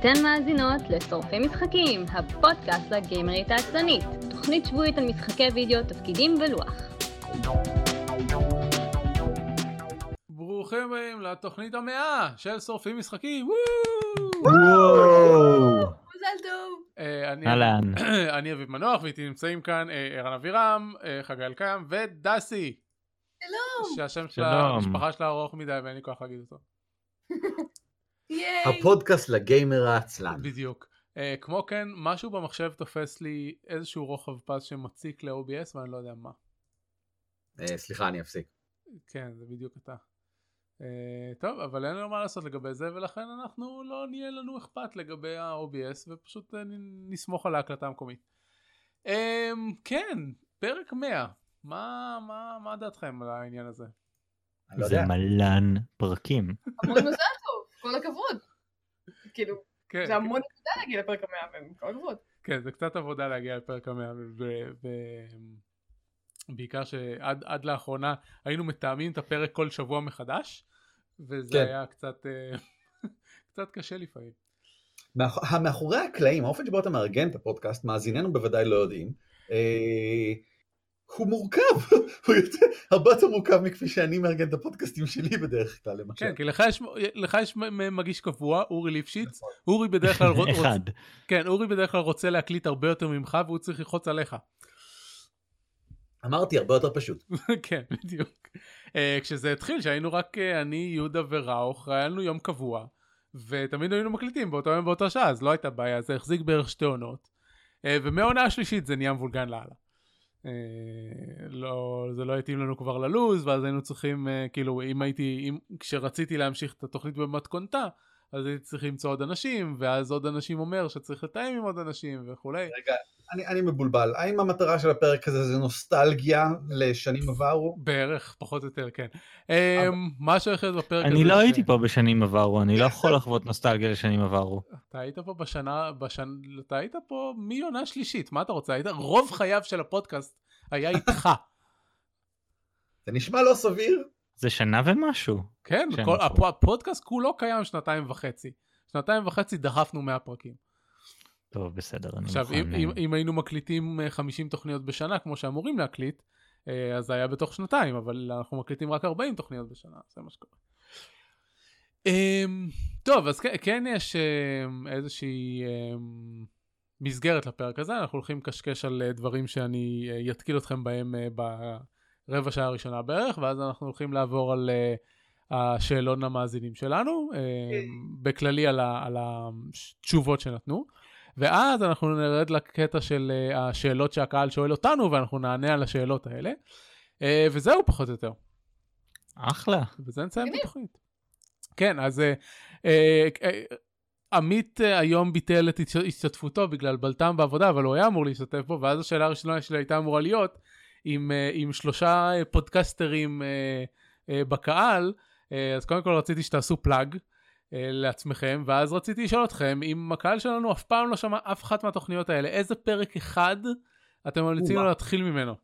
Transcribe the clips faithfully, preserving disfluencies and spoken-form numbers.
אתן מאזינות לשורפי משחקים, הפודקאסט לגיימרית העצלנית, תוכנית שבועית על משחקי וידאו, תפקידים ולוח. ברוכים הבאים לתוכנית המאה של שורפי משחקים. וואו! מזל טוב. אהלן. אני אביב מנוח ואיתי נמצאים כאן ערן אבירם, חגי אלקיים ודסי. שלום. שהשם של המשפחה שלה ארוך מדי ואין לי כוח להגיד אותו. הפודקאסט לגיימר העצלן. בדיוק. כמו כן, משהו במחשב תופס לי איזשהו רוחב פס שמציק ל-או בי אס ואני לא יודע מה. סליחה, אני אפסיק. כן, זה בדיוק אתה. טוב, אבל אין לנו מה לעשות לגבי זה, ולכן אנחנו לא נהיה לנו אכפת לגבי ה-או בי אס, ופשוט נסמוך על ההקלטה המקומית. כן, פרק מאה. מה, מה דעתכם על העניין הזה? זה מלן פרקים. המון מזל טוב, כל הכבוד. כאילו, זה המון עבודה להגיע לפרק המאה, כל הכבוד. כן, זה קצת עבודה להגיע לפרק המאה, ובעיקר שעד לאחרונה היינו מתאמים את הפרק כל שבוע מחדש, וזה היה קצת קצת קשה לפעמים. מאחורי הקלעים, האופן שבו אתה מארגן את הפודקאסט, מאזיננו בוודאי לא יודעים, הוא מורכב, הוא יותר, הרבה יותר מורכב מכפי שאני מארגן את הפודקאסטים שלי בדרך כלל, למשל. כן, כי לך יש, לך יש מגיש קבוע, אורי ליפשיץ, אורי בדרך כלל רוצה, אחד. כן, אורי בדרך כלל רוצה להקליט הרבה יותר ממך, והוא צריך ללחוץ עליך. אמרתי, הרבה יותר פשוט. כן, בדיוק. כשזה התחיל, שהיינו רק אני, יהודה וראוך, היה לנו יום קבוע, ותמיד היינו מקליטים באותו יום באותה שעה, אז לא הייתה בעיה, זה החזיק בערך שתי עונות, ומהעונה השלישית זה נהיה מבולגן להלאה. לא, זה לא התאים לנו כבר ללוז, ואז היינו צריכים, כאילו, אם הייתי, אם, כשרציתי להמשיך את התוכנית במתכונתה, אז הייתי צריך למצוא עוד אנשים, ואז עוד אנשים אומר שצריך לתאם עם עוד אנשים וכולי. רגע, אני, אני מבולבל. האם המטרה של הפרק הזה זה נוסטלגיה לשנים עברו? בערך, פחות או יותר, כן. משהו אחר בפרק הזה... אני לא הייתי פה בשנים עברו, אני לא יכול לחוות נוסטלגיה לשנים עברו. אתה היית פה בשנה, אתה היית פה מעונה שלישית, מה אתה רוצה? היית רוב חייו של הפודקאסט היה איתך. זה נשמע לא סביר. זה שנה ומשהו. כן, הפודקאסט כולו קיים שנתיים וחצי. שנתיים וחצי דחפנו מאה פרקים. טוב, בסדר, אני עכשיו, מוכן. אם, אם היינו מקליטים חמישים תוכניות בשנה, כמו שאמורים להקליט, אז זה היה בתוך שנתיים, אבל אנחנו מקליטים רק ארבעים תוכניות בשנה, זה מה שקורה. טוב, אז כן יש איזושהי מסגרת לפרק הזה, אנחנו הולכים קשקש על דברים שאני יתקיל אתכם בהם ברבע שעה הראשונה בערך, ואז אנחנו הולכים לעבור על השאלון המאזינים שלנו, בכללי על, על התשובות שנתנו, ואז אנחנו נרד לקטע של השאלות שהקהל שואל אותנו, ואנחנו נענה על השאלות האלה, וזהו פחות או יותר. אחלה. וזה נסיים בתוכנית. כן, אז עמית היום ביטל את השתתפותו בגלל בלטם בעבודה, אבל הוא היה אמור להשתתף פה, ואז השאלה הראשונה שלי הייתה אמורה להיות, עם, עם שלושה פודקסטרים בקהל, אז קודם כל רציתי שתעשו פלאג לעצמכם, ואז רציתי לשאול אתכם, אם הקהל שלנו אף פעם לא שמע אף אחת מהתוכניות האלה, איזה פרק אחד אתם ממליצים לו להתחיל ממנו?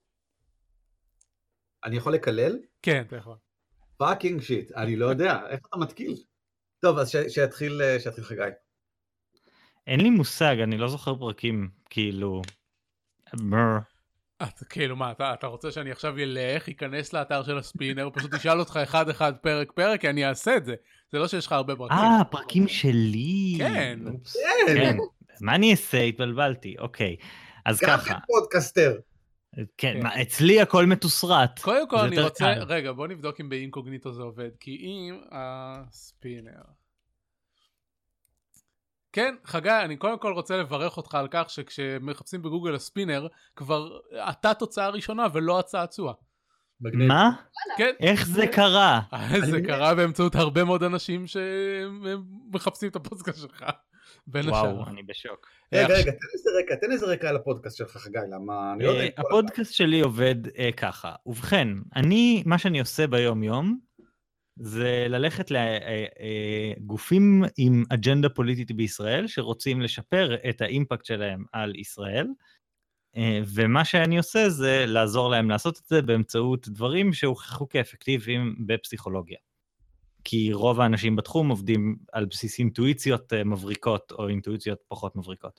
אני יכול לקלל? כן, אתה יכול. פאקינג שיט, אני לא יודע, איך אתה מתקיל? טוב, אז שיתחיל חגי. אין לי מושג, אני לא זוכר פרקים, כאילו... אתה, כאילו מה, אתה, אתה רוצה שאני עכשיו ילך, ייכנס לאתר של הספינר, פשוט תשאל אותך אחד אחד פרק פרק, כי אני אעשה את זה. זה לא שיש לך הרבה פרקים. אה, פרקים שלי. כן. כן. מה אני אעשה? התבלבלתי. אוקיי. אז ככה. גם פודקאסטר. כן, מה, אצלי הכל מתוסרט. קודם כל אני רוצה, רגע, בוא נבדוק אם באינקוגניטו זה עובד, כי אם הספינר... כן, חגי, אני קודם כל רוצה לברך אותך על כך שכשמחפשים בגוגל הספינר, כבר אתה תוצאה ראשונה ולא הצעצוע. מה? כן. איך זה קרה? זה קרה באמצעות הרבה מאוד אנשים שמחפשים את הפודקאסט שלך. וואו, אני בשוק. רגע, רגע, תן איזה רקע, תן איזה רקע על הפודקאסט שלך, חגי, למה... הפודקאסט שלי עובד ככה. ובכן, אני, מה שאני עושה ביום יום, זה ללכת לגופים עם אג'נדה פוליטית בישראל, שרוצים לשפר את האימפקט שלהם על ישראל, ומה שאני עושה זה לעזור להם לעשות את זה באמצעות דברים שהוכחו כאפקטיביים בפסיכולוגיה. כי רוב האנשים בתחום עובדים על בסיס אינטואיציות מבריקות, או אינטואיציות פחות מבריקות.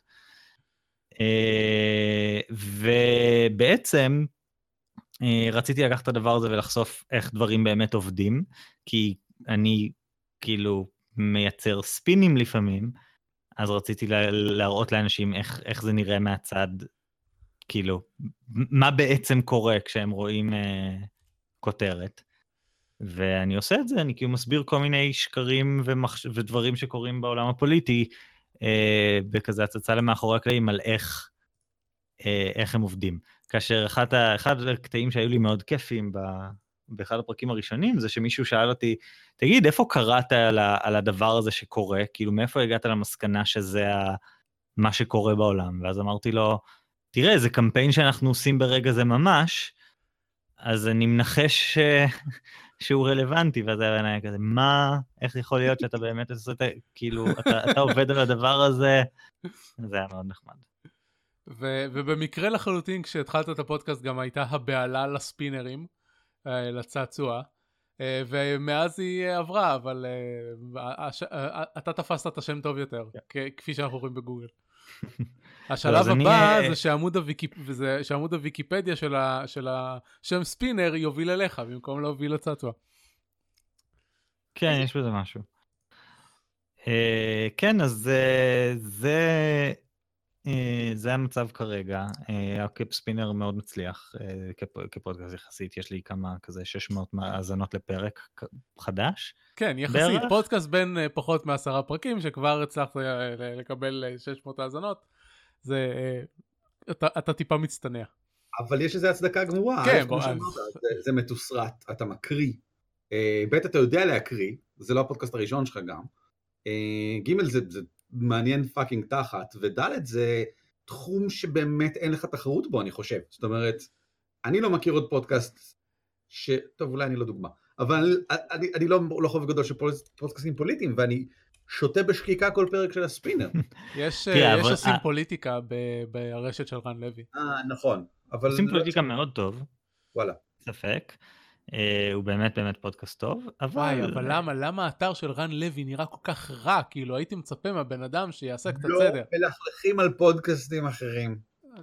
ובעצם, רציתי לקחת את הדבר הזה ולחשוף איך דברים באמת עובדים, כי אני כאילו מייצר ספינים לפעמים, אז רציתי להראות לאנשים איך, איך זה נראה מהצד, כאילו, מה בעצם קורה כשהם רואים אה, כותרת. ואני עושה את זה, אני כאילו מסביר כל מיני שקרים ומחש... ודברים שקורים בעולם הפוליטי, אה, בכזה הצצה למאחורי הקלעים על איך, אה, איך הם עובדים. כאשר אחד, ה... אחד הקטעים שהיו לי מאוד כיפים ב... באחד הפרקים הראשונים, זה שמישהו שאל אותי, תגיד, איפה קראת על, ה... על הדבר הזה שקורה? כאילו, מאיפה הגעת למסקנה שזה ה... מה שקורה בעולם? ואז אמרתי לו, תראה, זה קמפיין שאנחנו עושים ברגע זה ממש, אז אני מנחש ש... שהוא רלוונטי, ואז היה כזה, מה, איך יכול להיות שאתה באמת עושה את זה, כאילו, אתה, אתה עובד על הדבר הזה, זה היה מאוד נחמד. ו- ובמקרה לחלוטין, כשהתחלת את הפודקאסט, גם הייתה הבעלה לספינרים, לצעצוע, ומאז היא עברה, אבל אתה תפסת את השם טוב יותר, כפי שאנחנו רואים בגוגל. השלב הבא זה שעמוד, הוויקיפ... זה שעמוד הוויקיפדיה של, ה... של השם ספינר יוביל אליך, במקום להוביל לצעצוע. כן, יש בזה משהו. Uh, כן, אז uh, זה, uh, זה המצב כרגע. הקאפ ספינר מאוד מצליח, uh, כפ... כפודקאסט יחסית, יש לי כמה כזה שש מאות האזנות לפרק חדש. כן, יחסית, בערך. פודקאסט בין uh, פחות מעשרה פרקים, שכבר הצלחת לקבל שש מאות האזנות. זה, אתה, אתה טיפה מצטנע. אבל יש איזו הצדקה גמורה. כן, בוא. זה, זה מתוסרט, אתה מקריא. ב' אתה יודע להקריא, זה לא הפודקאסט הראשון שלך גם. ג' זה, זה מעניין פאקינג תחת, וד' זה תחום שבאמת אין לך תחרות בו, אני חושב. זאת אומרת, אני לא מכיר עוד פודקאסט, ש... טוב, אולי אני לא דוגמה, אבל אני, אני לא, לא חובב גדול של פודקאסטים פוליטיים, ואני שותה בשקיקה כל פרק של הספינר. יש, יש עושים פוליטיקה ברשת של רן לוי. אה, נכון. עושים פוליטיקה מאוד טוב. וואלה. ספק. הוא באמת באמת פודקאסט טוב, אבל... אבל למה, למה האתר של רן לוי נראה כל כך רע? כאילו הייתי מצפה מהבן אדם שיעשה קצת סדר. לא מלכלכים על פודקאסטים אחרים.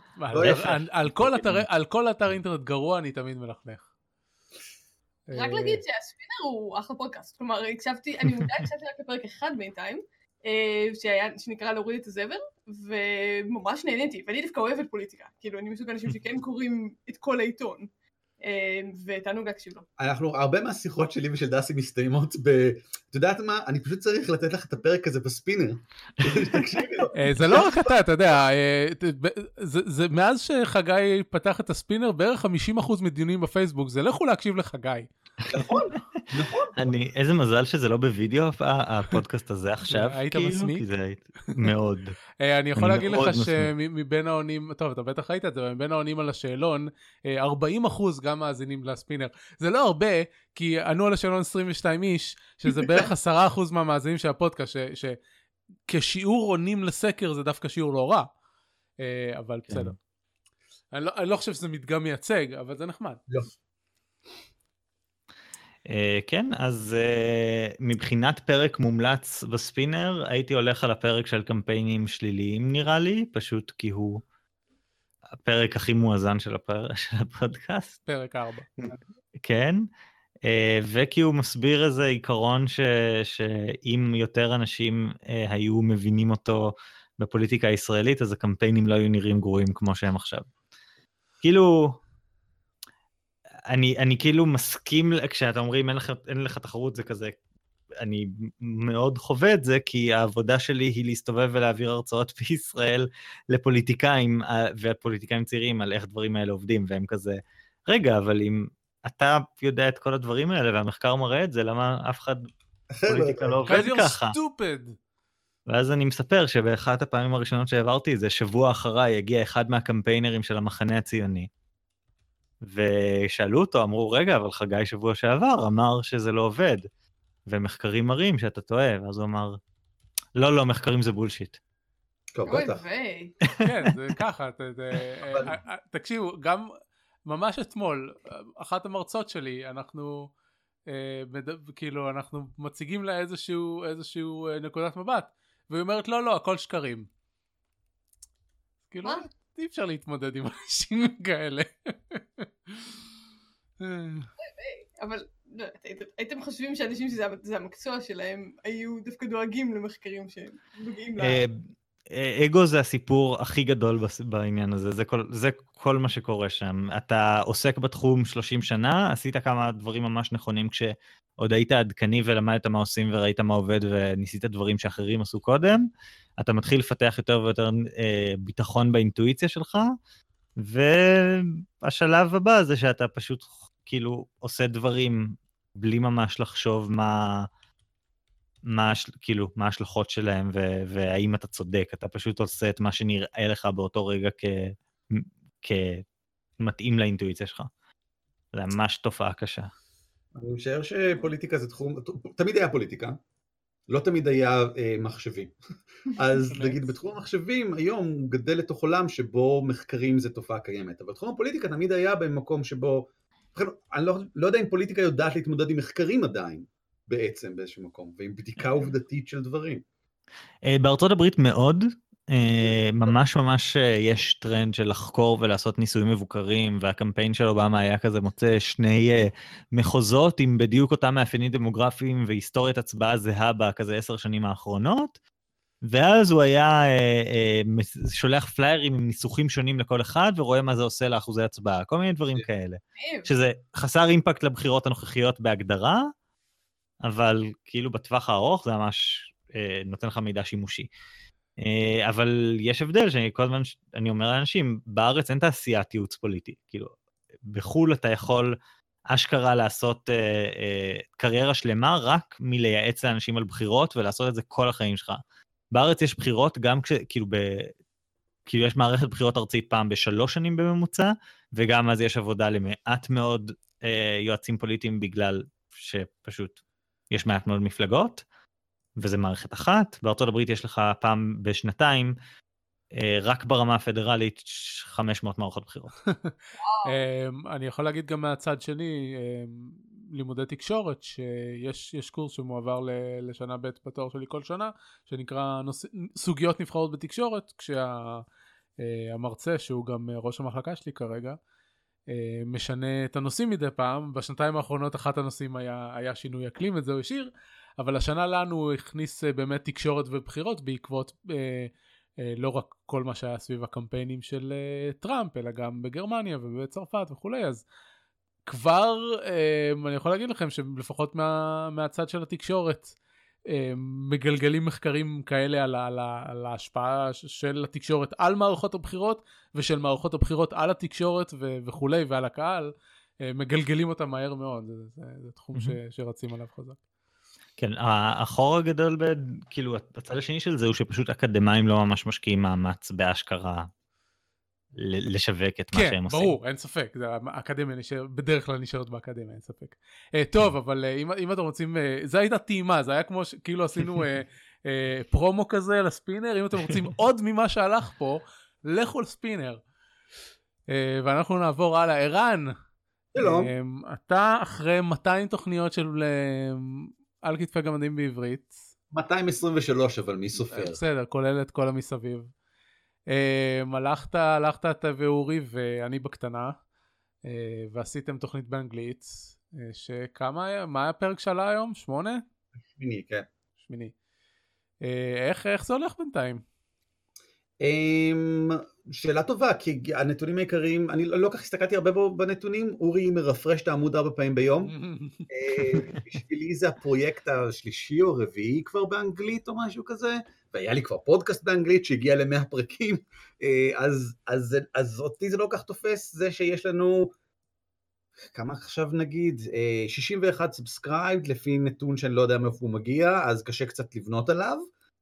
על כל אתר אינטרנט גרוע אני תמיד מלכלך. רק להגיד שהספינר הוא אחלה פודקאסט, כלומר, הקשבתי, אני מודע, הקשבתי רק לפרק אחד בינתיים, שנקרא להוריד את הזבל, וממש נהניתי, ואני דווקא אוהבת פוליטיקה, כאילו, אני מסוג אנשים שכן קוראים את כל העיתון, ותענוג להקשיב לו. אנחנו, הרבה מהשיחות שלי ושל דסי מסתיימות ב... את יודעת מה? אני פשוט צריך לתת לך את הפרק הזה בספינר. זה לא רק אתה, אתה יודע, זה מאז שחגי פתח את הספינר, בערך חמישים אחוז מדיונים בפייסבוק, זה לכו להקשיב לחגי. נכון, נכון. איזה מזל שזה לא בווידאו, הפודקאסט הזה עכשיו. היית מסמיק? כי זה מאוד. אני יכול להגיד לך שמבין העונים, טוב, אתה בטח ראית את זה, מבין העונים על השאלון, ארבעים אחוז גם מאזינים לספינר. זה לא הרבה, כי ענו על השאלון עשרים ושתיים איש, שזה בערך עשרה אחוז מהמאזינים של הפודקאסט, שכשיעור עונים לסקר זה דווקא שיעור לא רע. אבל בסדר. אני לא חושב שזה מדגם מייצג, אבל זה נחמד. לא. כן, אז מבחינת פרק מומלץ בספינר, הייתי הולך על הפרק של קמפיינים שליליים נראה לי, פשוט כי הוא הפרק הכי מואזן של הפודקאסט. פרק ארבע. כן, וכי הוא מסביר איזה עיקרון שאם יותר אנשים היו מבינים אותו בפוליטיקה הישראלית, אז הקמפיינים לא היו נראים גרועים כמו שהם עכשיו. כאילו... אני, אני כאילו מסכים, כשאתה אומרים אין לך, אין לך תחרות, זה כזה, אני מאוד חווה את זה, כי העבודה שלי היא להסתובב ולהעביר הרצאות בישראל לפוליטיקאים, ופוליטיקאים צעירים על איך דברים האלה עובדים, והם כזה, רגע, אבל אם אתה יודע את כל הדברים האלה, והמחקר מראה את זה, למה אף אחד פוליטיקה לא עובד ככה? ואז אני מספר שבאחת הפעמים הראשונות שהעברתי, זה שבוע אחריי, הגיע אחד מהקמפיינרים של המחנה הציוני, ושאלו אותו, אמרו, רגע, אבל חגי שבוע שעבר אמר שזה לא עובד, ומחקרים מראים שאתה טועה, ואז הוא אמר, לא, לא, מחקרים זה בולשיט. טוב, בטח. כן, זה ככה, תקשיבו, גם ממש אתמול, אחת המרצות שלי, אנחנו כאילו אנחנו מציגים לה איזשהו, איזשהו נקודת מבט, והיא אומרת לא, לא, הכל שקרים. כאילו, אי אפשר להתמודד עם אנשים כאלה. אבל הייתם חושבים שאנשים שזה המקצוע שלהם, היו דווקא דואגים למחקרים שנוגעים לה... אגו זה הסיפור הכי גדול בעניין הזה, זה כל, זה כל מה שקורה שם. אתה עוסק בתחום שלושים שנה, עשית כמה דברים ממש נכונים כשעוד היית עדכני ולמדת מה עושים וראית מה עובד וניסית דברים שאחרים עשו קודם, אתה מתחיל לפתח יותר ויותר אה, ביטחון באינטואיציה שלך, והשלב הבא זה שאתה פשוט כאילו עושה דברים בלי ממש לחשוב מה... מה, כאילו, מה ההשלכות שלהם, ו- והאם אתה צודק, אתה פשוט עושה את מה שנראה לך באותו רגע כ- כמתאים לאינטואיציה שלך. זה ממש תופעה קשה. אני משער שפוליטיקה זה תחום, תמיד היה פוליטיקה, לא תמיד היה אה, מחשבים. אז נגיד בתחום המחשבים, היום גדל לתוך עולם שבו מחקרים זה תופעה קיימת, אבל בתחום הפוליטיקה תמיד היה במקום שבו, אני לא, לא יודע אם פוליטיקה יודעת להתמודד עם מחקרים עדיין, בעצם באיזשהו מקום, ועם בדיקה עובדתית של דברים. בארצות הברית מאוד, ממש ממש יש טרנד של לחקור ולעשות ניסויים מבוקרים, והקמפיין של אובמה היה כזה מוצא שני מחוזות עם בדיוק אותם מאפיינים דמוגרפיים והיסטוריית הצבעה זהה בכזה עשר שנים האחרונות, ואז הוא היה שולח פליירים עם ניסוחים שונים לכל אחד, ורואה מה זה עושה לאחוזי הצבעה, כל מיני דברים כאלה. שזה חסר אימפקט לבחירות הנוכחיות בהגדרה, אבל כאילו בטווח הארוך זה ממש אה, נותן לך מידע שימושי. אה, אבל יש הבדל שאני כל הזמן, אני אומר לאנשים, בארץ אין תעשיית ייעוץ פוליטי. כאילו, בחול אתה יכול אשכרה לעשות אה, אה, קריירה שלמה רק מלייעץ לאנשים על בחירות, ולעשות את זה כל החיים שלך. בארץ יש בחירות גם כש, כאילו, ב, כאילו יש מערכת בחירות ארצית פעם בשלוש שנים בממוצע, וגם אז יש עבודה למעט מאוד אה, יועצים פוליטיים, בגלל שפשוט יש מעט מאוד מפלגות, וזה מערכת אחת. בארצות הברית יש לך פעם בשנתיים, רק ברמה הפדרלית, חמש מאות מערכות בחירות. אני יכול להגיד גם מהצד שני, לימודי תקשורת, שיש יש קורס שמועבר לשנה ב' בתואר שלי כל שנה, שנקרא סוגיות נבחרות בתקשורת, כשהמרצה, שהוא גם ראש המחלקה שלי כרגע, משנה את הנושאים מדי פעם. בשנתיים האחרונות אחת הנושאים היה, היה שינוי אקלים, את זה הוא השאיר, אבל השנה לנו הוא הכניס באמת תקשורת ובחירות בעקבות אה, אה, לא רק כל מה שהיה סביב הקמפיינים של אה, טראמפ, אלא גם בגרמניה ובצרפת וכולי. אז כבר אה, אני יכול להגיד לכם שלפחות מה, מהצד של התקשורת אה, מגלגלים מחקרים כאלה על, על, על ההשפעה של התקשורת על מערכות הבחירות, ושל מערכות הבחירות על התקשורת ו- וכולי ועל הקהל, אה, מגלגלים אותם מהר מאוד. זה, זה, זה תחום ש- שרצים עליו חזק. כן, החור הגדול, ב, כאילו, הצד השני של זה הוא שפשוט אקדמיים לא ממש משקיעים מאמץ באשכרה לשווק את מה כן, שהם עושים. כן, ברור, אין ספק. האקדמיה נשאר, בדרך כלל נשארת באקדמיה, אין ספק. Uh, טוב, אבל uh, אם, אם אתם רוצים, uh, זה הייתה טעימה, זה היה כמו ש, כאילו עשינו uh, uh, פרומו כזה לספינר, אם אתם רוצים עוד ממה שהלך פה, לכו לספינר. Uh, ואנחנו נעבור הלאה. ערן, שלום. uh, אתה אחרי מאתיים תוכניות של... Uh, על כתפי גמדים בעברית. מאתיים עשרים ושלוש, אבל מי סופר? בסדר, כולל את כל המסביב. הלכת, הלכת אתה ואורי ואני בקטנה, ועשיתם תוכנית באנגלית, שכמה, מה הפרק שלה היום? שמונה? שמיני, כן. שמיני. איך, איך זה הולך בינתיים? שאלה טובה, כי הנתונים העיקריים, אני לא כך הסתכלתי הרבה בנתונים, אורי מרפרש את העמוד ארבע פעמים ביום, בשבילי זה הפרויקט השלישי או רביעי כבר באנגלית או משהו כזה, והיה לי כבר פודקאסט באנגלית שהגיע ל-מאה פרקים, אז, אז, אז אותי זה לא כך תופס, זה שיש לנו, כמה עכשיו נגיד, שישים ואחד סאבסקרייבד, לפי נתון שאני לא יודע מאיפה הוא מגיע, אז קשה קצת לבנות עליו,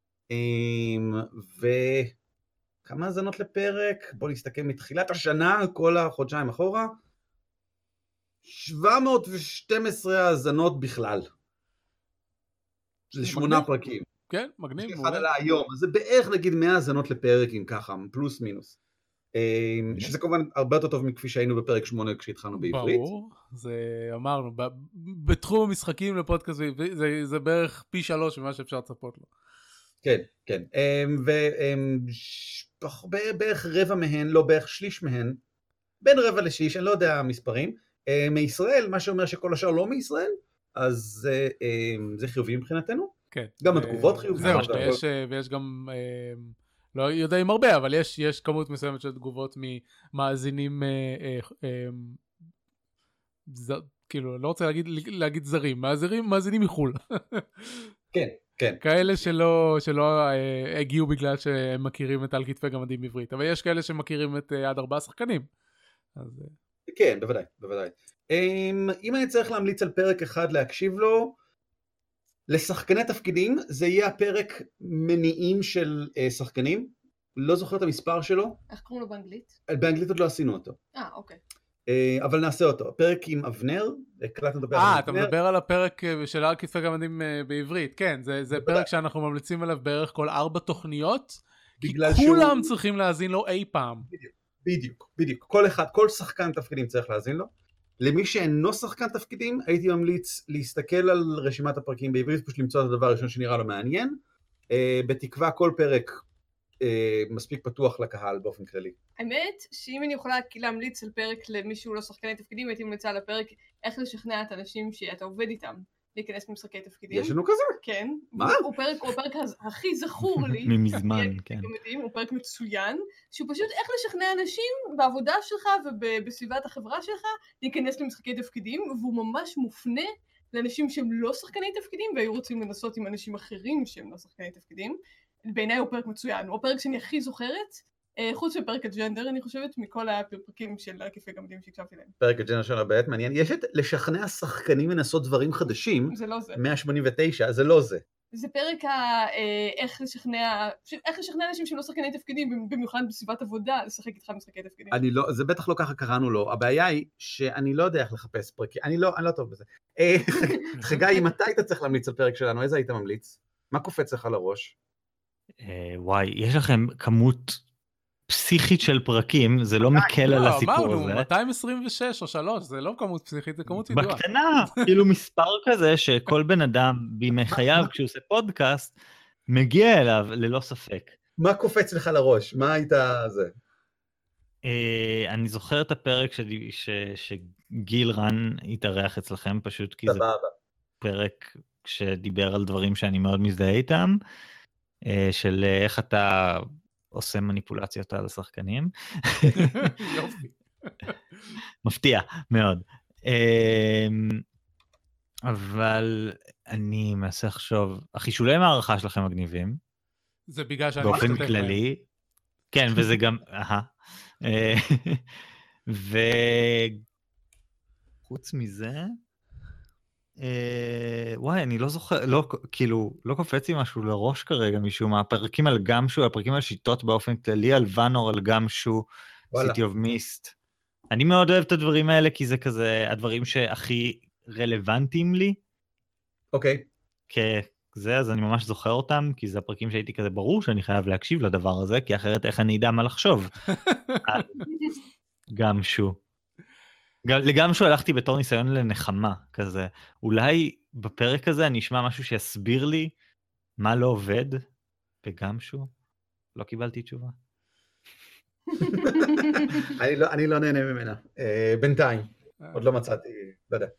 ו... כמה האזנות לפרק? בוא נסתכל מתחילת השנה, כל החודשיים אחורה. שבע מאות ושתים עשרה האזנות בכלל. זה שמונה פרקים. כן, מגניב. אחד על היום, אז זה בערך נגיד מאה האזנות לפרק, אם ככה, פלוס מינוס. שזה כמובן הרבה יותר טוב מכפי שהיינו בפרק שמונה כשהתחלנו בעברית. ברור, זה אמרנו, בתחום המשחקים לפודקאסט, זה, זה בערך פי שלוש ממה שאפשר לצפות לו. כן, כן, ובערך רבע מהן, לא בערך שליש מהן, בין רבע לשליש, אני לא יודע המספרים, מישראל, מה שאומר שכל השאר לא מישראל, אז זה חיובי מבחינתנו. כן. גם התגובות חיוביות. זהו, ויש, ויש גם... לא יודע אם הרבה, אבל יש, יש כמות מסוימת של תגובות ממאזינים, אה, אה, אה, ז, כאילו, לא רוצה להגיד, להגיד זרים, מאזינים, מאזינים מחול. כן, כן. כאלה שלא, שלא אה, הגיעו בגלל שהם מכירים את על כתפי גמדים עברית, אבל יש כאלה שמכירים את אה, עד ארבעה שחקנים. אז... כן, בוודאי, בוודאי. אם אני צריך להמליץ על פרק אחד להקשיב לו, לשחקני תפקידים, זה יהיה הפרק מניעים של uh, שחקנים, לא זוכר את המספר שלו. איך קוראים לו באנגלית? באנגלית עוד לא עשינו אותו. אה, אוקיי. Uh, אבל נעשה אותו. הפרק עם אבנר, הקלטנו את הפרק עם אבנר. אה, אתה מדבר על הפרק של על כתפי גמדים uh, בעברית, כן, זה, זה פרק שאנחנו ממליצים עליו בערך כל ארבע תוכניות, כי כולם שהוא... צריכים להאזין לו אי פעם. בדיוק, בדיוק, בדיוק. כל אחד, כל שחקן תפקידים צריך להאזין לו. למי שאינו שחקן תפקידים, הייתי ממליץ להסתכל על רשימת הפרקים בעברית, פשוט למצוא את הדבר הראשון שנראה לו מעניין, בתקווה כל פרק מספיק פתוח לקהל באופן כללי. האמת, שאם אני יכולה להמליץ על פרק למי שהוא לא שחקני תפקידים, הייתי ממליצה על הפרק איך לשכנע את האנשים שאתה עובד איתם להיכנס במשחקי תפקידים. יש לנו כזה? כן. מה? הוא פרק, הוא הפרק הכי זכור לי. ממזמן, כן. הוא פרק מצוין, שהוא פשוט איך לשכנע אנשים בעבודה שלך ובסביבת החברה שלך להיכנס למשחקי תפקידים, והוא ממש מופנה לאנשים שהם לא שחקני תפקידים, והיו רוצים לנסות עם אנשים אחרים שהם לא שחקני תפקידים. בעיניי הוא פרק מצוין, הוא הפרק שאני הכי זוכרת, חוץ מפרק הג'נדר, אני חושבת, מכל הפרקים של כיפי גמדים שהקשבתי להם. פרק הג'נדר שלנו באמת מעניין. יש את לשכנע שחקנים לנסות דברים חדשים. זה לא זה. מאה שמונים ותשע, זה לא זה. זה פרק ה... איך לשכנע... איך לשכנע אנשים שהם לא שחקני תפקידים, במיוחד בסביבת עבודה, לשחק איתך משחקי תפקידים. אני לא... זה בטח לא ככה קראנו לו. הבעיה היא שאני לא יודע איך לחפש פרקים. אני לא, אני לא טוב בזה. חגי, מתי היית צריך להמליץ על פרק שלנו? איזה היית ממליץ? מה קופץ לך לראש? וואי, יש לכם כמות פסיכית של פרקים, זה לא מקל על הסיפור הזה. אמרנו, מאתיים עשרים ושש או שלוש, זה לא כמות פסיכית, זה כמות ידועה. בקטנה, כאילו מספר כזה שכל בן אדם בימי חייו, כשהוא עושה פודקאסט, מגיע אליו ללא ספק. מה קופץ לך לראש? מה היית זה? אני זוכר את הפרק שגיל רן התארח אצלכם, פשוט כי זה פרק שדיבר על דברים שאני מאוד מזדהה איתם, של איך אתה עושה מניפולציות על השחקנים. יופי. מפתיע מאוד. אבל אני מנסה לחשוב, החישולי מערכה שלכם מגניבים. זה בגלל שאני באופן כללי. כן, וזה גם, אהה. וחוץ מזה, וואי, אני לא זוכר, לא, כאילו, לא קופץ לי משהו לראש כרגע מישהו מהפרקים על גמשו, הפרקים על שיטות באופן כללי, על ונור, על גמשו, City of Mist. אני מאוד אוהב את הדברים האלה, כי זה כזה הדברים שהכי רלוונטיים לי. אוקיי. כזה, אז אני ממש זוכר אותם, כי זה הפרקים שהייתי כזה ברור שאני חייב להקשיב לדבר הזה, כי אחרת איך אני אדע מה לחשוב. גמשו. לגמשו הלכתי בתור ניסיון לנחמה, כזה. אולי בפרק הזה אני אשמע משהו שיסביר לי מה לא עובד בגמשו. לא קיבלתי תשובה. אני לא, אני לא נהנה ממנה. בינתיים. עוד לא מצאתי, לא יודע.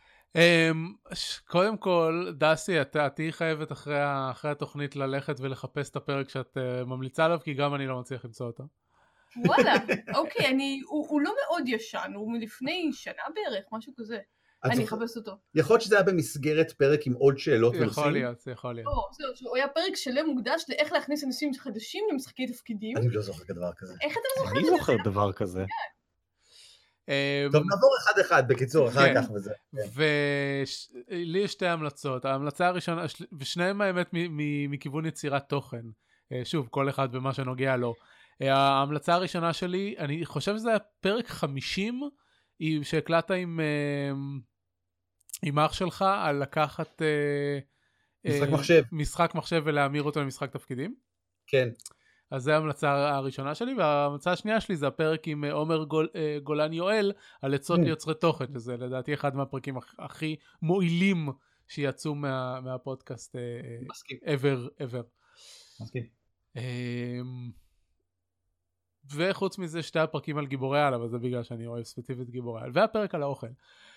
קודם כל, דסי, אתה תהי חייבת אחרי התוכנית ללכת ולחפש את הפרק שאת ממליצה עליו, כי גם אני לא מצליח למצוא אותו. וואלה, אוקיי, אני, הוא, הוא לא מאוד ישן, הוא מלפני שנה בערך, משהו כזה. אני אחפש אותו. יכול להיות שזה היה במסגרת פרק עם עוד שאלות ונושאים? יכול להיות, זה יכול להיות. לא, זהו, הוא היה פרק שלם מוקדש לאיך להכניס אנשים חדשים למשחקי תפקידים. אני לא זוכר דבר כזה. איך אתה זוכר? אני זוכר דבר כזה. טוב, נעבור אחד אחד, בקיצור, אחר כך וזה. ולי יש שתי המלצות. ההמלצה הראשונה, ושניהם האמת מכיוון יצירת תוכן. שוב, כל אחד במה שנוגע לו. ההמלצה הראשונה שלי, אני חושב שזה היה פרק חמישים, שהקלטת עם, עם אח שלך על לקחת משחק מחשב. משחק מחשב ולהמיר אותו למשחק תפקידים. כן. אז זה ההמלצה הראשונה שלי, וההמלצה השנייה שלי זה הפרק עם עומר גול, גולן יואל, על עצות ליוצרי תוכן, שזה לדעתי אחד מהפרקים הכי מועילים שיצאו מה, מהפודקאסט מסכים. ever, ever. מסכים. וחוץ מזה שתי הפרקים על גיבורי על, אבל זה בגלל שאני אוהב ספציפית גיבורי על, והפרק על האוכל.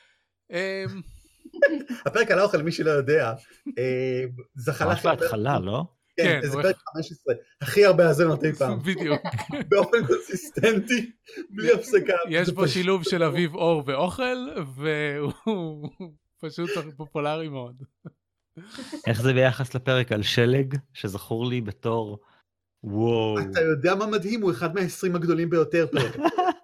הפרק על האוכל, מי שלא יודע, זכה ממש בהתחלה, לא? כן, זה פרק חמש עשרה, הכי הרבה האזנות אי פעם. בדיוק. באופן קונסיסטנטי, בלי הפסקה. יש בו שילוב של אביב אור ואוכל, והוא פשוט פופולרי מאוד. איך זה ביחס לפרק על שלג, שזכור לי בתור, וואו. אתה יודע מה מדהים? הוא אחד מהעשרים הגדולים ביותר פרק.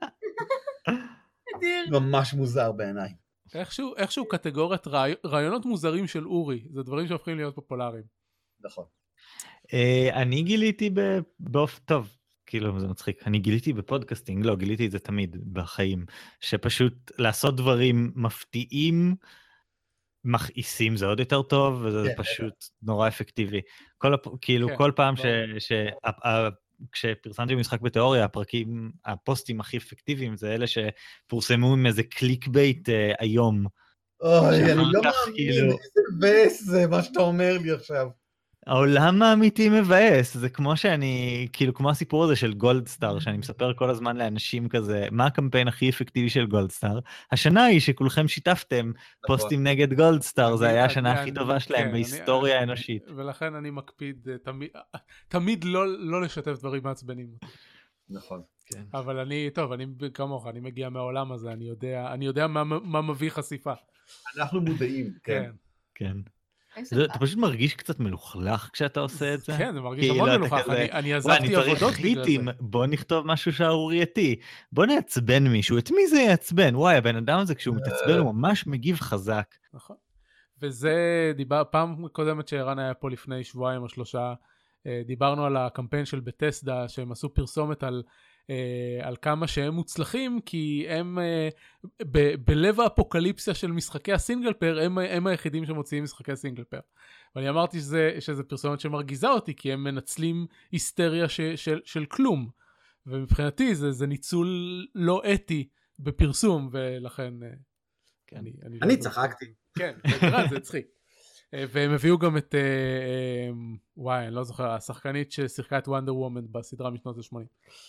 ממש מוזר בעיניי. איכשהו, איכשהו קטגוריית רעי... רעיונות מוזרים של אורי, זה דברים שהופכים להיות פופולריים. נכון. Uh, אני גיליתי באופן טוב, כאילו זה מצחיק, אני גיליתי בפודקאסטינג, לא, גיליתי את זה תמיד בחיים, שפשוט לעשות דברים מפתיעים, מכעיסים זה עוד יותר טוב, וזה כן, פשוט כן. נורא אפקטיבי. כל, כאילו כן, כל פעם ש... ש... כשפרסמתי במשחק בתיאוריה, הפרקים, הפוסטים הכי אפקטיביים, זה אלה שפורסמו עם איזה קליק בייט אה, היום. אוי, אני לא מאמין, כאילו... איזה בס זה מה שאתה אומר לי עכשיו. העולם האמיתי מבאס, זה כמו שאני, כאילו כמו הסיפור הזה של גולדסטאר, שאני מספר כל הזמן לאנשים כזה, מה הקמפיין הכי אפקטיבי של גולדסטאר? השנה היא שכולכם שיתפתם פוסטים נגד גולדסטאר, זה היה השנה הכי טובה שלהם בהיסטוריה האנושית. ולכן אני מקפיד תמיד לא לשתף דברים מעצבנים. נכון. אבל אני, טוב, אני כמוך, אני מגיע מהעולם הזה, אני יודע מה מביא חשיפה. אנחנו מודעים, כן. כן. אתה פשוט מרגיש קצת מלוכלך כשאתה עושה את זה? כן, זה מרגיש המון מלוכלך, אני עזבתי עבודות בגלל זה. בוא נכתוב משהו שערורייתי, בוא נעצבן מישהו, את מי זה יעצבן? וואי, הבן אדם הזה כשהוא מתעצבן הוא ממש מגיב חזק. נכון, וזה דיבר, פעם קודמת שערן היה פה לפני שבועיים או שלושה, דיברנו על הקמפיין של בטסדה, שהם עשו פרסומת על... על כמה שהם מוצלחים, כי הם ב- בלב האפוקליפסיה של משחקי הסינגל פייר, הם, הם היחידים שמוציאים משחקי הסינגל פייר. ואני אמרתי שזה, שזה פרסומת שמרגיזה אותי, כי הם מנצלים היסטריה ש, של, של כלום. ומבחינתי זה, זה ניצול לא אתי בפרסום, ולכן... כן. אני, אני, אני לא צחקתי. כן, זה, זה צחיק. והם הביאו גם את, וואי, אני לא זוכר, השחקנית ששיחקה את וונדר וומן בסדרה משנות ה-שמונים.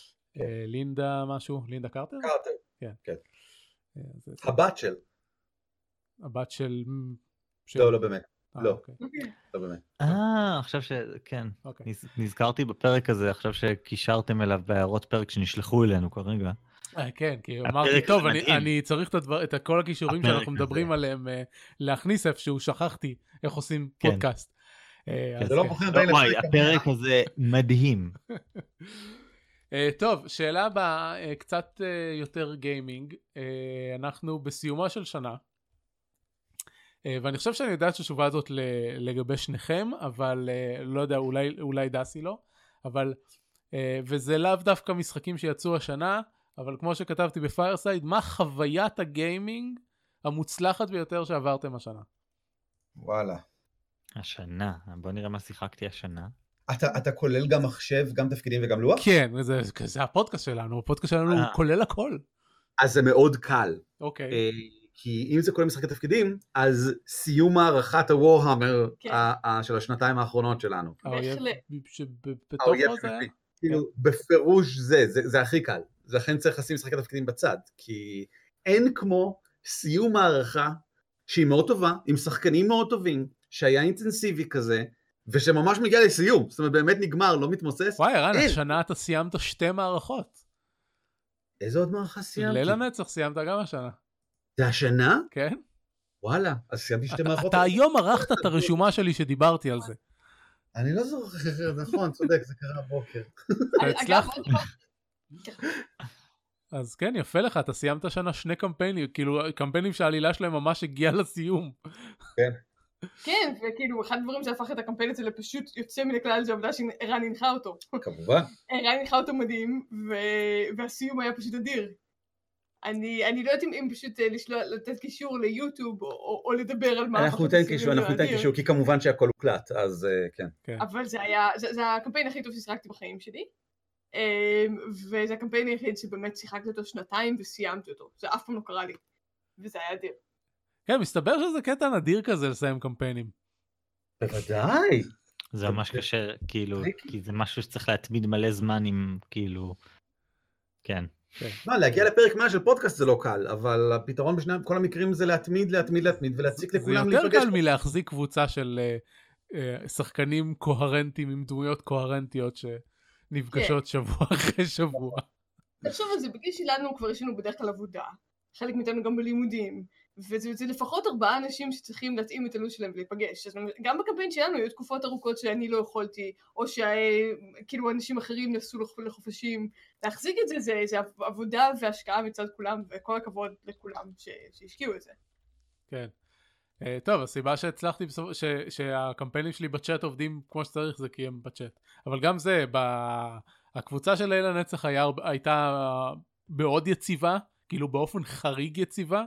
לינדה משהו? לינדה קרטר? קרטר, כן. כן. הבת של. הבת של... לא, לא באמת. לא. לא באמת. אה, עכשיו ש... כן. נזכרתי בפרק הזה, עכשיו שקישרתם אליו בהערות פרק שנשלחו אלינו כרגע. כן, כי אמרתי, טוב, אני צריך את כל הכישורים שאנחנו מדברים עליהם להכניס איפשהו, שכחתי איך עושים פודקאסט. זה לא בוחר בין וואי, הפרק הזה מדהים. טוב, שאלה הבאה, קצת יותר גיימינג, אנחנו בסיומה של שנה, ואני חושב שאני יודעת שהתשובה הזאת לגבי שניכם, אבל לא יודע, אולי, אולי דסי לא, אבל, וזה לאו דווקא משחקים שיצאו השנה, אבל כמו שכתבתי בפיירסייד, מה חוויית הגיימינג המוצלחת ביותר שעברתם השנה? וואלה. השנה, בוא נראה מה שיחקתי השנה. אתה, אתה כולל גם מחשב, גם תפקידים וגם לוח? כן, זה, זה הפודקאסט שלנו, הפודקאסט שלנו הוא כולל הכל. אז זה מאוד קל. אוקיי. כי אם זה כולל משחקי תפקידים, אז סיום הערכת הוורהמר של השנתיים האחרונות שלנו. בפירוש זה, זה הכי קל. לכן צריך לשים משחקי תפקידים בצד, כי אין כמו סיום הערכה שהיא מאוד טובה, עם שחקנים מאוד טובים, שהיה אינטנסיבי כזה, ושממש מגיע לסיום, זאת אומרת באמת נגמר, לא מתמוסס. וואי, רן, השנה אתה סיימת שתי מערכות. איזה עוד מערכה סיימתי? ליל הנצח סיימת גם השנה. זה השנה? כן. וואלה, אז סיימתי שתי מערכות. אתה היום ערכת את הרשומה שלי שדיברתי על זה. אני לא זוכר, נכון, צודק, זה קרה הבוקר. אתה הצלחת? אז כן, יפה לך, אתה סיימת שנה שני קמפיינים, כאילו קמפיינים שהעלילה שלהם ממש הגיעה לסיום. כן. כן, וכאילו אחד הדברים שהפך את הקמפיין הזה לפשוט יוצא מן הכלל זה העובדה שערן הנחה אותו. כמובן. ערן הנחה אותו מדהים, והסיום היה פשוט אדיר. אני אני לא יודעת אם פשוט לתת קישור ליוטיוב או לדבר על מה... אנחנו ניתן קישור, אנחנו ניתן קישור, כי כמובן שהכל הוקלט, אז כן. אבל זה היה, זה הקמפיין הכי טוב ששחקתי בחיים שלי. וזה הקמפיין היחיד שבאמת שיחקתי אותו שנתיים וסיימתי אותו, זה אף פעם לא קרה לי, וזה היה אדיר. כן, מסתבר שזה קטע נדיר כזה לסיים קמפיינים. בוודאי. זה ממש קשה, כאילו, כי זה משהו שצריך להתמיד מלא זמן עם, כאילו, כן. לא, להגיע לפרק מאה של פודקאסט זה לא קל, אבל הפתרון בשני כל המקרים זה להתמיד, להתמיד, להתמיד, ולהציק לכולם להיפגש. זה יותר להיפגש. קל מלהחזיק קבוצה של uh, uh, שחקנים קוהרנטיים עם דמויות קוהרנטיות שנפגשות שבוע אחרי שבוע. תחשוב על זה, בגיל שלנו כבר יש לנו בדרך כלל עבודה, חלק מאיתנו גם בלימודים, וזה לפחות ארבעה אנשים שצריכים להתאים את הלו"ז שלהם ולהיפגש. אז גם בקמפיין שלנו היו תקופות ארוכות שאני לא יכולתי, או שכאילו אנשים אחרים נסו לחופשים. להחזיק את זה, זה, זה עבודה והשקעה מצד כולם, וכל הכבוד לכולם שהשקיעו את זה. כן. טוב, הסיבה שהצלחתי, ש, שהקמפיינים שלי בצ'אט עובדים כמו שצריך זה כי הם בצ'אט. אבל גם זה, הקבוצה של ליל הנצח היה, הייתה מאוד יציבה, כאילו באופן חריג יציבה,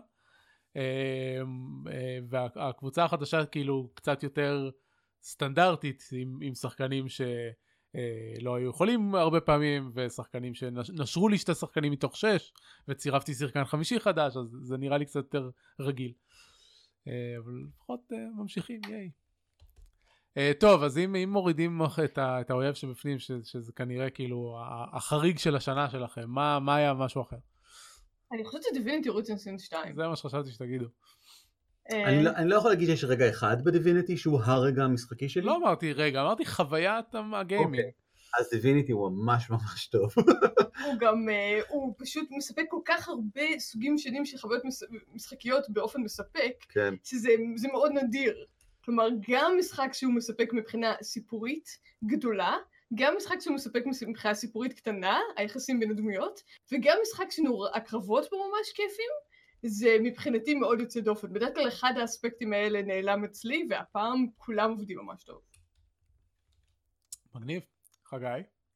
והקבוצה החדשה כאילו קצת יותר סטנדרטית עם, עם שחקנים שלא היו יכולים הרבה פעמים, ושחקנים שנשרו לי שתי שחקנים מתוך שש, וצירפתי שחקן חמישי חדש, אז זה נראה לי קצת יותר רגיל. אבל לפחות ממשיכים, ייי. טוב, אז אם, אם מורידים את, ה, את האויב שבפנים, ש, שזה כנראה כאילו החריג של השנה שלכם, מה, מה היה משהו אחר? אני חושבת שדיוויניטי אוריג'ינס שתיים. זה מה שחשבתי שתגידו. אני לא, אני לא יכול להגיד שיש רגע אחד בדיוויניטי שהוא הרגע המשחקי שלי. לא אמרתי רגע, אמרתי חוויית הגיימינג. אוקיי. אז דיוויניטי הוא ממש ממש טוב. הוא גם, הוא פשוט מספק כל כך הרבה סוגים שונים של חוויות משחקיות באופן מספק, כן. שזה זה מאוד נדיר. כלומר, גם משחק שהוא מספק מבחינה סיפורית גדולה, גם משחק שהוא מספק מבחינה סיפורית קטנה, היחסים בין הדמויות, וגם משחק שהקרבות בו ממש כיפים, זה מבחינתי מאוד יוצא דופן. בדרך כלל אחד האספקטים האלה נעלם אצלי, והפעם כולם עובדים ממש טוב. מגניב. חגי?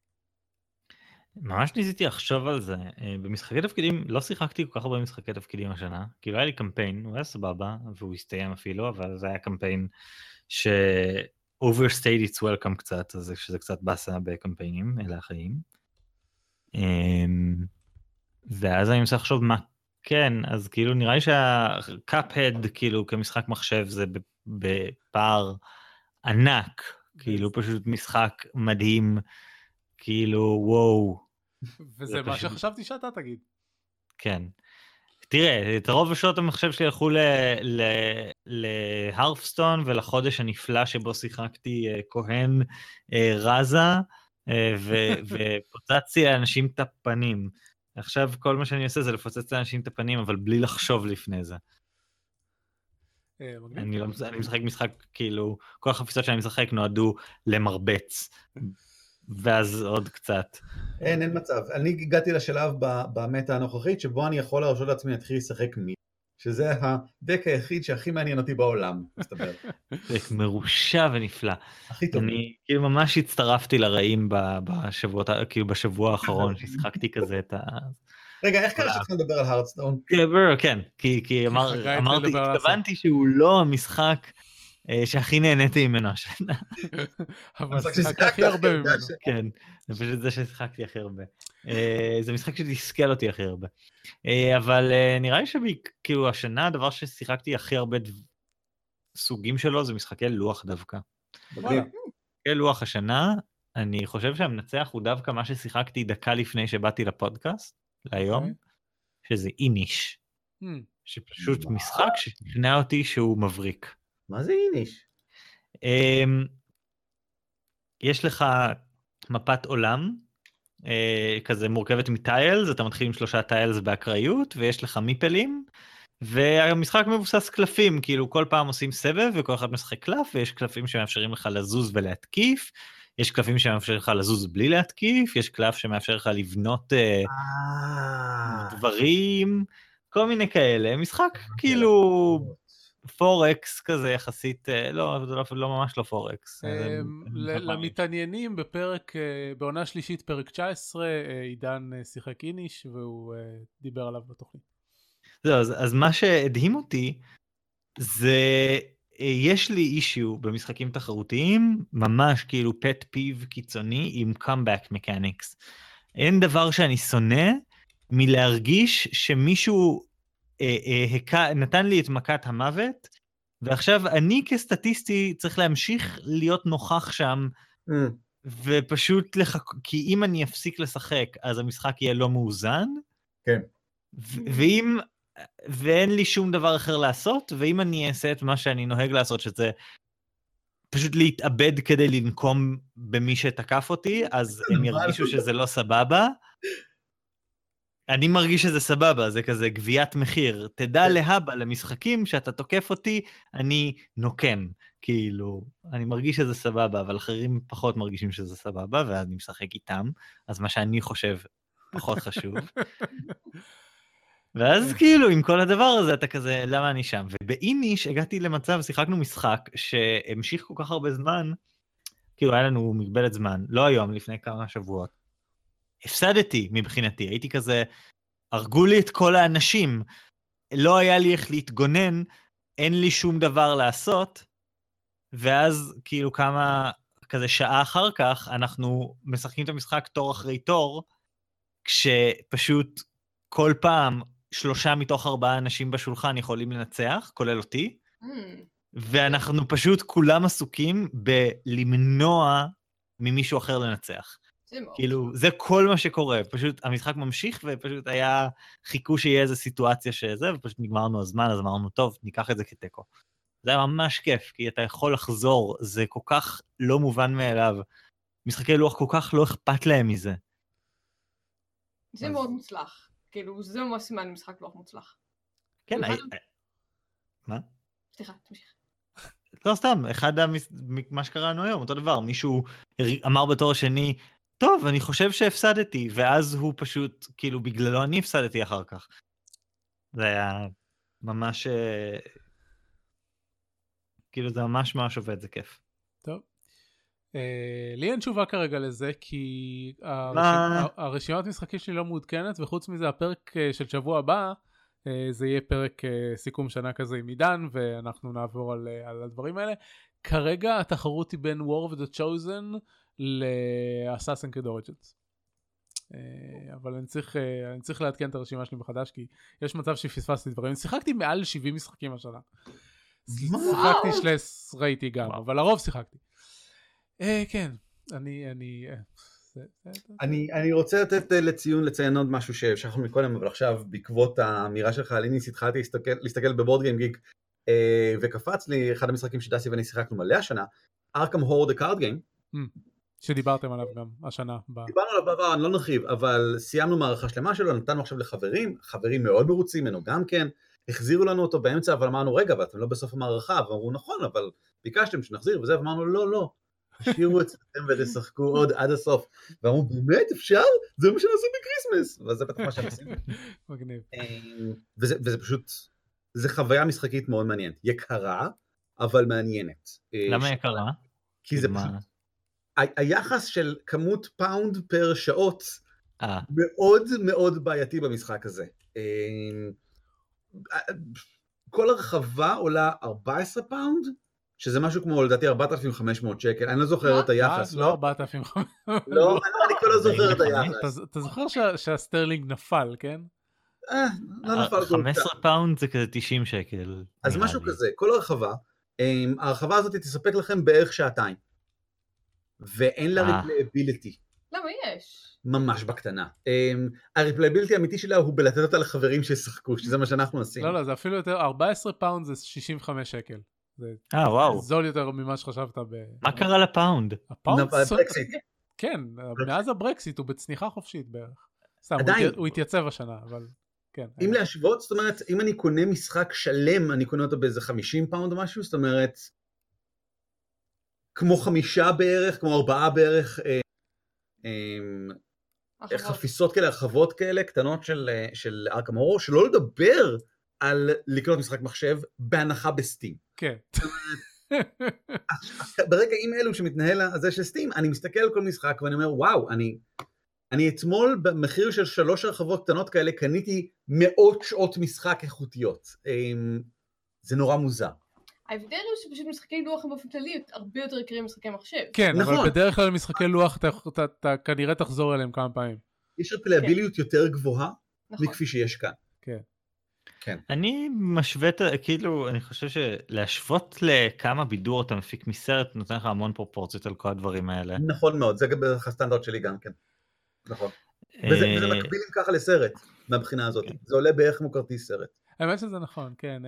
ממש ניסיתי לחשוב על זה. במשחקי תפקידים, לא שיחקתי כל כך הרבה משחקי תפקידים השנה, כאילו היה לי קמפיין, הוא היה סבבה, והוא הסתיים אפילו, אבל זה היה קמפיין ש... overstayed its welcome קצת, אז שזה קצת בסה בקמפיינים, אלה החיים. ואז אני מנסה לחשוב מה כן, אז כאילו נראה לי שהקאפהד כאילו כמשחק מחשב זה בפער ענק, כאילו פשוט משחק מדהים, כאילו וואו. וזה מה שחשבתי שאתה תגיד. כן. תראה, את רוב השעות המחשב שלי הלכו להרפסטון ולחודש הנפלא שבו שיחקתי כהן רזה, ופוצצתי לאנשים את הפנים. עכשיו כל מה שאני עושה זה לפוצץ לאנשים את הפנים, אבל בלי לחשוב לפני זה. אני משחק משחק, כאילו, כל החפיסות שאני משחק נועדו למרבץ. ואז עוד קצת. אין, אין מצב. אני הגעתי לשלב במטה הנוכחית, שבו אני יכול להרשות לעצמי להתחיל לשחק מי. שזה הדק היחיד שהכי מעניין אותי בעולם, מסתבר. דק מרושע ונפלא. הכי טוב. אני כאילו ממש הצטרפתי לרעים בשבועות, כאילו בשבוע האחרון, ששיחקתי כזה את ה... רגע, איך קרה שאתה מדבר על הרדסטון? כן, כי אמרתי, התכוונתי שהוא לא המשחק שהכי נהניתי ממנו השנה. אבל שיחקתי הכי הרבה ממנו. כן, זה פשוט זה ששיחקתי הכי הרבה. זה משחק שתסכל אותי הכי הרבה. אבל נראה לי שכאילו השנה הדבר ששיחקתי הכי הרבה סוגים שלו זה משחקי לוח דווקא. משחקי לוח השנה, אני חושב שהמנצח הוא דווקא מה ששיחקתי דקה לפני שבאתי לפודקאסט, להיום, שזה איניש. שפשוט משחק ששכנע אותי שהוא מבריק. מה זה איניש? יש לך מפת עולם, כזה מורכבת מטיילס, אתה מתחיל עם שלושה טיילס באקראיות, ויש לך מיפלים, והמשחק מבוסס קלפים, כאילו כל פעם עושים סבב, וכל אחד משחק קלף, ויש קלפים שמאפשרים לך לזוז ולהתקיף, יש קלפים שמאפשרים לך לזוז בלי להתקיף, יש קלף שמאפשר לך לבנות דברים, כל מיני כאלה, משחק כאילו... פורקס כזה יחסית, לא, זה לא ממש לא פורקס. למתעניינים בפרק, בעונה שלישית, פרק תשע עשרה, עידן שיחק איניש, והוא דיבר עליו בתוכנית. זהו, אז מה שהדהים אותי, זה, יש לי אישיו במשחקים תחרותיים, ממש כאילו פט פיב קיצוני, עם קאמבק מקניקס. אין דבר שאני שונא מלהרגיש שמישהו אה, אה, הקה, נתן לי את מכת המוות, ועכשיו אני כסטטיסטי צריך להמשיך להיות נוכח שם, Mm. ופשוט לחכ... כי אם אני אפסיק לשחק, אז המשחק יהיה לא מאוזן. כן. ו- ואם, ואין לי שום דבר אחר לעשות, ואם אני אעשה את מה שאני נוהג לעשות, שזה פשוט להתאבד כדי לנקום במי שתקף אותי, אז הם ירגישו שזה לא סבבה. אני מרגיש שזה סבבה, זה כזה גביית מחיר. תדע להבא למשחקים שאתה תוקף אותי, אני נוקם. כאילו, אני מרגיש שזה סבבה, אבל אחרים פחות מרגישים שזה סבבה, ואני משחק איתם, אז מה שאני חושב פחות חשוב. ואז כאילו, עם כל הדבר הזה, אתה כזה, למה אני שם? ובאיניש הגעתי למצב, שיחקנו משחק שהמשיך כל כך הרבה זמן, כאילו היה לנו מגבלת זמן, לא היום, לפני כמה שבועות. הפסדתי מבחינתי, הייתי כזה, הרגו לי את כל האנשים, לא היה לי איך להתגונן, אין לי שום דבר לעשות, ואז כאילו כמה, כזה שעה אחר כך, אנחנו משחקים את המשחק תור אחרי תור, כשפשוט כל פעם שלושה מתוך ארבעה אנשים בשולחן יכולים לנצח, כולל אותי, Mm. ואנחנו פשוט כולם עסוקים בלמנוע ממישהו אחר לנצח. זה מאוד. כאילו, זה כל מה שקורה, פשוט המשחק ממשיך, ופשוט היה חיכו שיהיה איזו סיטואציה שזה, ופשוט נגמרנו הזמן, אז אמרנו, טוב, ניקח את זה כטקו. זה היה ממש כיף, כי אתה יכול לחזור, זה כל כך לא מובן מאליו. משחקי לוח כל כך לא אכפת להם מזה. זה אז- מאוד מוצלח. כאילו, זה ממש סימן משחק לוח מוצלח. כן, אחד- הי- מה? סליחה, תמשיך. לא סתם, אחד המס... מה שקראנו היום, אותו דבר, מישהו אמר בתור השני, טוב, אני חושב שהפסדתי, ואז הוא פשוט, כאילו, בגללו אני הפסדתי אחר כך. זה היה ממש, אה, כאילו, זה ממש ממש עובד, זה כיף. טוב. אה, לי אין תשובה כרגע לזה, כי מה? הרשימת, הרשימת משחקים שלי לא מעודכנת, וחוץ מזה הפרק אה, של שבוע הבא, אה, זה יהיה פרק אה, סיכום שנה כזה עם עידן, ואנחנו נעבור על, אה, על הדברים האלה. כרגע התחרות היא בין War of the Chosen ל-Assassin's Creed Origins. אה, אבל אני צריך, אה, אני צריך לעדכן את הרשימה שלי מחדש, כי יש מצב שפספסתי דברים. אני שיחקתי מעל שבעים משחקים השנה. שיחקתי שלס ראיתי גם, וואו. אבל לרוב שיחקתי. אה, כן, אני, אני, אה, זה, זה, זה. אני, אני רוצה לתת אה, לציון, לציין עוד משהו ששכחנו מקודם, אבל עכשיו בעקבות האמירה שלך על איניס התחלתי להסתכל, להסתכל בבורד גיים גיק, אה, וקפץ לי אחד המשחקים שדסי ואני שיחקנו מלא השנה, ארכם הורד הקארד גיים. שדיברתם עליו גם השנה. ב... דיברנו עליו בעבר, אני לא נרחיב, אבל סיימנו מערכה שלמה שלו, נתנו עכשיו לחברים, חברים מאוד מרוצים ממנו גם כן, החזירו לנו אותו באמצע, אבל אמרנו, רגע, ואתם לא בסוף המערכה, ואמרו, נכון, אבל ביקשתם שנחזיר וזה, ואמרנו, לא, לא, תשאירו אצלכם ותשחקו עוד עד הסוף. ואמרו, באמת, אפשר? זה מה שנעשה בקריסמס. וזה בטח מה שעושים. מגניב. וזה, וזה פשוט, זה חוויה משחקית מאוד מעניינת. יקרה, אבל מעניינת. למה יקרה? כי זה מה? פשוט, ה- היחס של כמות פאונד פר שעות, אה, מאוד מאוד בעייתי במשחק הזה. כל הרחבה עולה ארבע עשרה פאונד, שזה משהו כמו לדעתי ארבעת אלפים וחמש מאות שקל, אני לא זוכר את היחס, לא לא? ארבעת אלפים וחמש מאות. לא, אני כבר לא זוכר את היחס. אתה- אתה זוכר שה- שהסטרלינג נפל, כן? אה, לא נפל כל חמש כך. עשרה פאונד זה כזה תשעים שקל. אז נראה משהו לי. כזה, כל הרחבה, אמ, ההרחבה הזאת תספק לכם בערך שעתיים, ואין לה אה. ריפלייביליטי. למה יש? ממש בקטנה. הריפלייביליטי האמיתי שלה הוא בלתת אותה לחברים שישחקו, שזה מה שאנחנו עושים. לא, לא, זה אפילו יותר, ארבע עשרה פאונד זה שישים וחמש שקל. זה אה, וואו. זול יותר ממה שחשבת ב... מה קרה לפאונד? הפאונד? נב- סו- ברקסיט. כן, מאז הברקסיט הוא בצניחה חופשית בערך. סתם, הוא עדיין. התי- הוא התייצב השנה, אבל כן. אם להשוות, זאת אומרת, אם אני קונה משחק שלם, אני קונה אותו באיזה חמישים פאונד או משהו, זאת אומרת, כמו חמישה בערך, כמו ארבעה בערך, אה, אה, חפיסות כאלה, הרחבות כאלה, קטנות של, אה, של ארכם הורור, שלא לדבר על לקנות משחק מחשב בהנחה בסטים. כן. ברגעים אלו שמתנהל הזה של סטים, אני מסתכל על כל משחק ואני אומר, וואו, אני, אני אתמול במחיר של שלוש הרחבות קטנות כאלה, קניתי מאות שעות משחק איכותיות. זה נורא מוזר. ההבדל הוא שפשוט משחקי לוח הם באופן כללי הרבה יותר יקרים משחקי מחשב. כן, נכון. אבל בדרך כלל משחקי לוח אתה- אתה אתה כנראה תחזור אליהם כמה פעמים. יש רפלייביליות יותר גבוהה נכון. מכפי שיש כאן. כן. כן. אני משווה, כאילו, אני חושב שלהשוות לכמה בידור אתה מפיק מסרט, נותן לך המון פרופורציות על כל הדברים האלה. נכון מאוד, זה גם בערך הסטנדרט שלי גם כן. נכון. וזה מקביל עם ככה לסרט, מהבחינה הזאת. זה עולה בערך כמו כרטיס סרט. האמת שזה נכון, כן.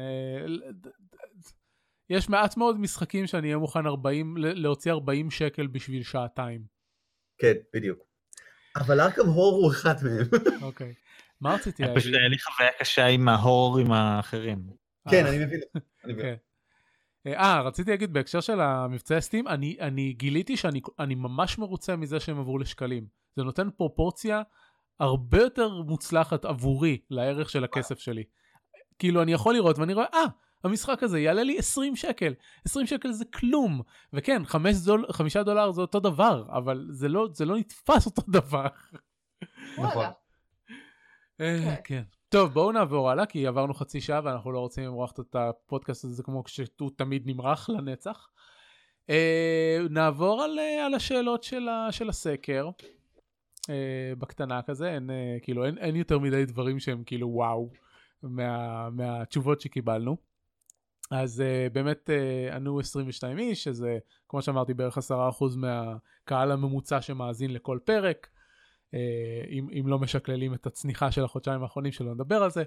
יש מעט מאוד משחקים שאני אהיה מוכן להוציא ארבעים שקל בשביל שעתיים. כן, בדיוק. אבל ארכם הורר הוא אחד מהם. אוקיי. מה רציתי להגיד? פשוט היה לי חוויה קשה עם ההוררים האחרים. כן, אני מבין. אני מבין. אה, רציתי להגיד בהקשר של המבצעי סטים, אני, אני גיליתי שאני אני ממש מרוצה מזה שהם עברו לשקלים. זה נותן פרופורציה הרבה יותר מוצלחת עבורי לערך של הכסף שלי. כאילו אני יכול לראות ואני רואה, אה, המשחק הזה יעלה לי עשרים שקל. עשרים שקל זה כלום. וכן, חמישה דולר זה אותו דבר, אבל זה לא, זה לא נתפס אותו דבר. נכון. כן. טוב, בואו נעבור הלאה, כי עברנו חצי שעה ואנחנו לא רוצים למרוח את הפודקאסט הזה כמו שהוא תמיד נמרח לנצח. נעבור על, על השאלות של, ה, של הסקר, בקטנה כזה, אין, כאילו, אין, אין יותר מדי דברים שהם כאילו וואו, מה, מהתשובות שקיבלנו. אז באמת ענו עשרים ושניים איש, שזה, כמו שאמרתי, בערך עשרה אחוז מהקהל הממוצע שמאזין לכל פרק, אם, אם לא משקללים את הצניחה של החודשיים האחרונים שלא נדבר על זה.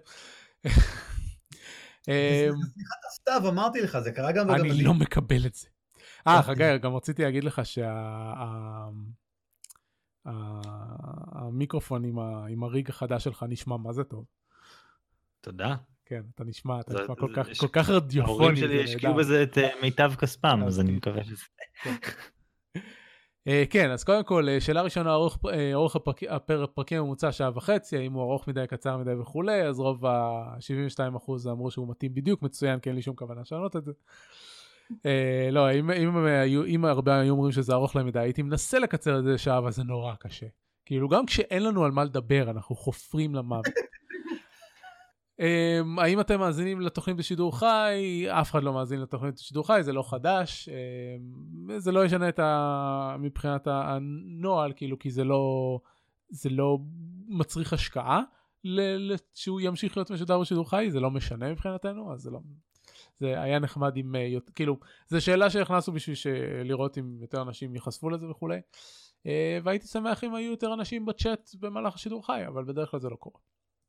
צניחת הסתיו, אמרתי לך, זה קרה גם בגמלים. אני לא מקבל את זה. אה, חגי, גם רציתי להגיד לך שהמיקרופון עם הריג החדש שלך נשמע מה זה טוב. תודה. כן, אתה נשמע, אתה נשמע כל כך רדיופוני. ההורים שלי השקיעו בזה את מיטב כספם, אז אני מקווה שזה... כן, אז קודם כל, שאלה ראשונה, אורך הפרקים הממוצע שעה וחצי, האם הוא ארוך מדי, קצר מדי וכולי, אז רוב ה-שבעים ושניים אחוז אמרו שהוא מתאים בדיוק, מצוין, כי אין לי שום כוונה לשנות את זה. לא, אם הרבה היו אומרים שזה ארוך להם מדי, הייתי מנסה לקצר את זה שעה, אבל זה נורא קשה. כאילו, גם כשאין לנו על מה לדבר, אנחנו חופרים למוות. האם אתם מאזינים לתוכנית בשידור חי? אף אחד לא מאזין לתוכנית בשידור חי, זה לא חדש, זה לא ישנה את ה... מבחינת הנועל, כאילו, כי זה לא, זה לא מצריך השקעה שהוא ימשיך להיות משודר בשידור חי, זה לא משנה מבחינתנו, אז זה לא... זה היה נחמד עם... כאילו, זו שאלה שהכנסנו בשביל לראות אם יותר אנשים יחשפו לזה וכולי, והייתי שמח אם היו יותר אנשים בצ'אט במהלך השידור חי, אבל בדרך כלל זה לא קורה.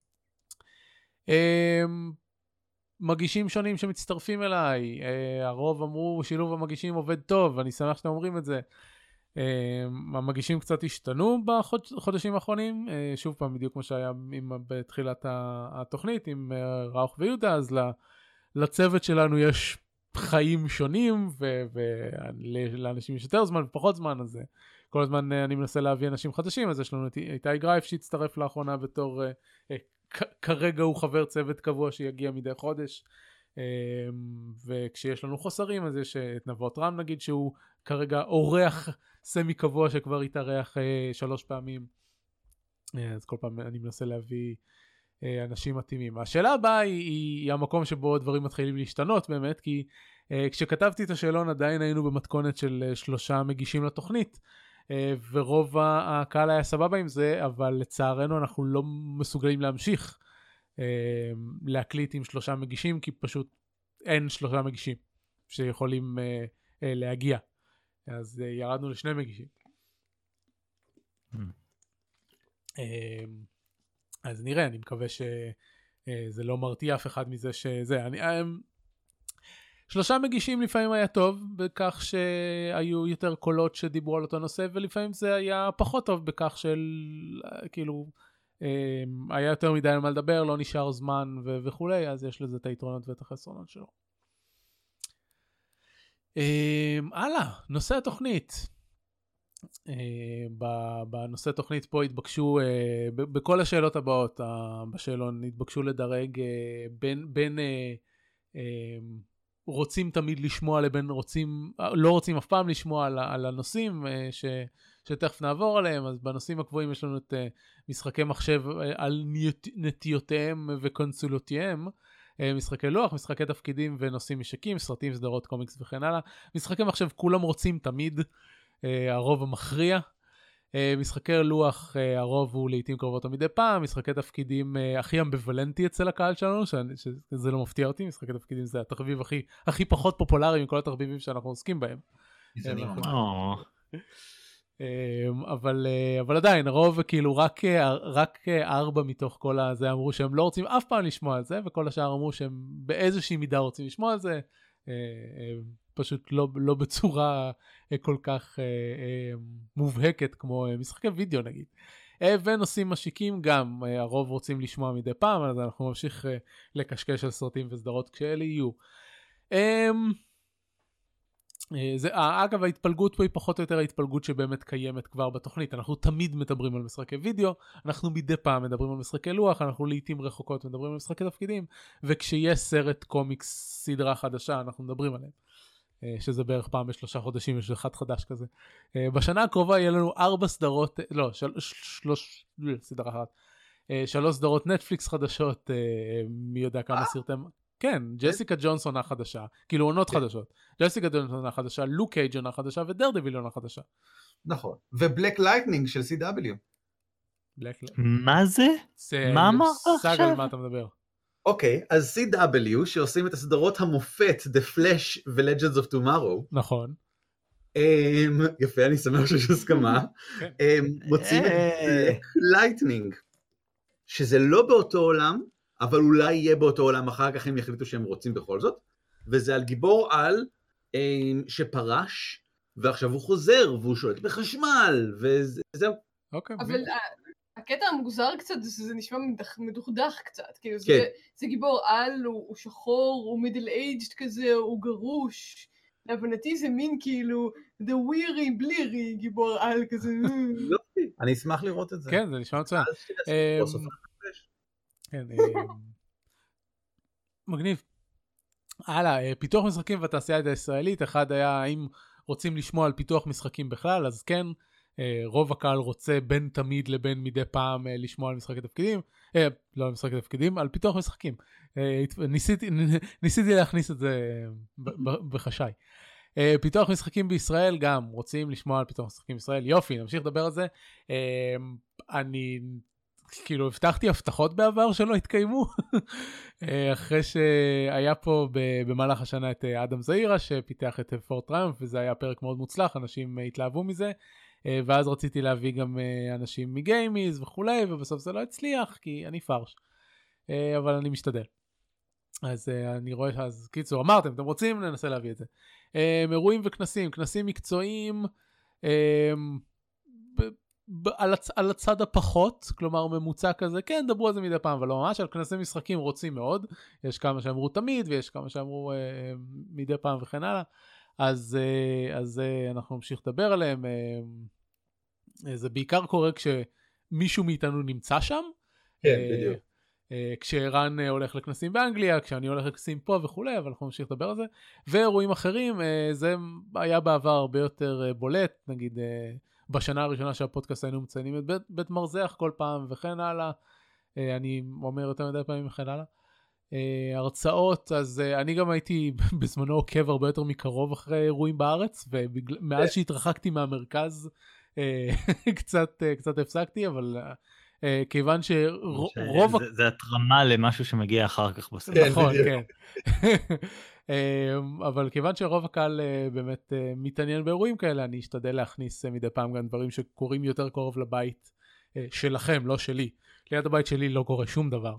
מגישים שונים שמצטרפים אליי, הרוב אמרו שילוב המגישים עובד טוב, אני שמח שאתם אומרים את זה. המגישים קצת השתנו בחודשים האחרונים, שוב פעם בדיוק כמו שהיה בתחילת התוכנית עם ראוך ויהודה, אז לצוות שלנו יש חיים שונים, ולאנשים יש יותר זמן ופחות זמן, אז כל הזמן אני מנסה להביא אנשים חדשים, אז יש לנו את איתי גרייף שהצטרף לאחרונה בתור... כרגע הוא חבר צוות קבוע שיגיע מדי חודש, וכשיש לנו חוסרים אז יש את נבות רם נגיד שהוא כרגע אורח סמי קבוע שכבר יתארח שלוש פעמים, אז כל פעם אני מנסה להביא אנשים מתאימים. השאלה הבאה היא, היא המקום שבו דברים מתחילים להשתנות באמת, כי כשכתבתי את השאלון עדיין היינו במתכונת של שלושה מגישים לתוכנית, ורוב הקהל היה סבבה עם זה, אבל לצערנו אנחנו לא מסוגלים להמשיך להקליט עם שלושה מגישים, כי פשוט אין שלושה מגישים שיכולים להגיע. אז ירדנו לשני מגישים. אז נראה, אני מקווה שזה לא מרתיע אף אחד מזה שזה... אני... שלושה מגישים לפעמים היה טוב בכך שהיו יותר קולות שדיברו על אותו נושא, ולפעמים זה היה פחות טוב בכך של כאילו היה יותר מדי על מה לדבר, לא נשאר זמן ו- וכולי, אז יש לזה את היתרונות ואת החסרונות שלו. הלאה, נושא התוכנית. בנושא התוכנית פה התבקשו, בכל השאלות הבאות בשאלון התבקשו לדרג בין בין רוצים תמיד לשמוע לבין רוצים, לא רוצים אף פעם לשמוע על, על הנושאים ש, שתכף נעבור עליהם. אז בנושאים הקבועים יש לנו את משחקי מחשב על נטיותיהם וקונסולותיהם, משחקי לוח, משחקי תפקידים ונושאים משקים, סרטים, סדרות, קומיקס וכן הלאה. משחקי מחשב כולם רוצים תמיד, הרוב המכריע. משחקי לוח, הרוב הוא לעתים קרובות או מדי פעם, משחקי תפקידים הכי אמביוולנטי אצל הקהל שלנו, שזה לא מפתיע אותי, משחקי תפקידים זה התחביב הכי, הכי פחות פופולרי מכל התחביבים שאנחנו עוסקים בהם. אבל, אבל עדיין, הרוב כאילו רק, רק ארבע מתוך כל הזה אמרו שהם לא רוצים אף פעם לשמוע על זה, וכל השאר אמרו שהם באיזושהי מידה רוצים לשמוע על זה, פשוט לא, לא בצורה כל כך מובהקת כמו משחקי וידאו נגיד. ונושאים משיקים גם, הרוב רוצים לשמוע מדי פעם, אז אנחנו ממשיך לקשקש על סרטים וסדרות כשאלה יהיו. זה, אגב, ההתפלגות פה היא פחות או יותר ההתפלגות שבאמת קיימת כבר בתוכנית. אנחנו תמיד מדברים על משחקי וידאו, אנחנו מדי פעם מדברים על משחקי לוח, אנחנו לעתים רחוקות מדברים על משחקי תפקידים, וכשיש סרט קומיקס סדרה חדשה, אנחנו מדברים עליהם. שזה בערך פעם בשלושה חודשים, יש אחד חדש כזה. בשנה הקרובה יהיה לנו ארבע סדרות, לא, של, שלוש, סדרה אחת. שלוש סדרות נטפליקס חדשות, מי יודע כמה סרטים... כן, ג'סיקה ג'ונס עונה חדשה, כאילו עונות חדשות. ג'סיקה ג'ונס עונה חדשה, לוק קייג' עונה חדשה, ודרדוויל עונה חדשה. נכון. ובלק לייטנינג של סי דאבליו. מה זה? מה אמרת עכשיו? סאג על מה אתה מדבר. אוקיי, אז סי דאבליו, שעושים את הסדרות המופת, The Flash ו-Legends of Tomorrow. נכון. יפה, אני שמח שיש הסכמה. מוצאים את בלק לייטנינג, שזה לא באותו עולם, אבל אולי יהיה באותו עולם אחר כך הם יחליטו שהם רוצים בכל זאת, וזה על גיבור על שפרש, ועכשיו הוא חוזר, והוא שולט בחשמל, וזהו. אוקיי. אבל הקטע המוזר קצת, זה נשמע מדוכדך קצת, כאילו זה גיבור על, הוא שחור, הוא מידל אייג'ד כזה, הוא גרוש, להבנתי זה מין כאילו, the weary bleary גיבור על כזה. אני אשמח לראות את זה. כן, זה נשמע מצוין. כן, מגניב. הלאה, פיתוח משחקים בתעשייה הישראלית, אחד היה האם רוצים לשמוע על פיתוח משחקים בכלל, אז כן, רוב הקהל רוצה בין תמיד לבין מדי פעם לשמוע על משחקי תפקידים, לא על משחקי תפקידים, על פיתוח משחקים. ניסיתי, ניסיתי להכניס את זה בחשאי. פיתוח משחקים בישראל גם, רוצים לשמוע על פיתוח משחקים בישראל, יופי, נמשיך לדבר על זה. אני... כאילו הבטחתי הבטחות בעבר שלא התקיימו, אחרי שהיה פה במהלך השנה את אדם זעירה שפיתח את פורט טריומף, וזה היה פרק מאוד מוצלח, אנשים התלהבו מזה, ואז רציתי להביא גם אנשים מגיימיז וכולי, ובסוף זה לא הצליח כי אני פרש, אבל אני משתדל. אז אני רואה, אז קיצור, אמרתם, אתם רוצים, ננסה להביא את זה. אירועים וכנסים, כנסים מקצועיים, על, הצ... על הצד הפחות, כלומר ממוצע כזה, כן, דברו על זה מדי פעם, אבל לא ממש, על כנסי משחקים רוצים מאוד, יש כמה שאמרו תמיד, ויש כמה שאמרו אה, מדי פעם וכן הלאה, אז, אה, אז אה, אנחנו נמשיך לדבר עליהם, אה, זה בעיקר קורה כשמישהו מאיתנו נמצא שם, כן, אה, בדיוק. אה, כשרן אה, הולך לכנסים באנגליה, כשאני הולך לכנסים פה וכולי, אבל אנחנו נמשיך לדבר על זה, ואירועים אחרים, אה, זה היה בעבר הרבה יותר אה, בולט, נגיד, אה, בשנה הראשונה שהפודקאסט היינו מציינים את בית, בית מרזח כל פעם וכן הלאה, אני אומר יותר מדי פעמים וכן הלאה. הרצאות, אז אני גם הייתי בזמנו עוקב הרבה יותר מקרוב אחרי אירועים בארץ, ומאז שהתרחקתי מהמרכז קצת, קצת הפסקתי, אבל כיוון שרוב... זה, זה התרמה למשהו שמגיע אחר כך בסוף. נכון, כן. אבל כיוון שרוב הקהל באמת מתעניין באירועים כאלה, אני אשתדל להכניס מדי פעם גם דברים שקורים יותר קרוב לבית שלכם, לא שלי. ליד הבית שלי לא קורה שום דבר.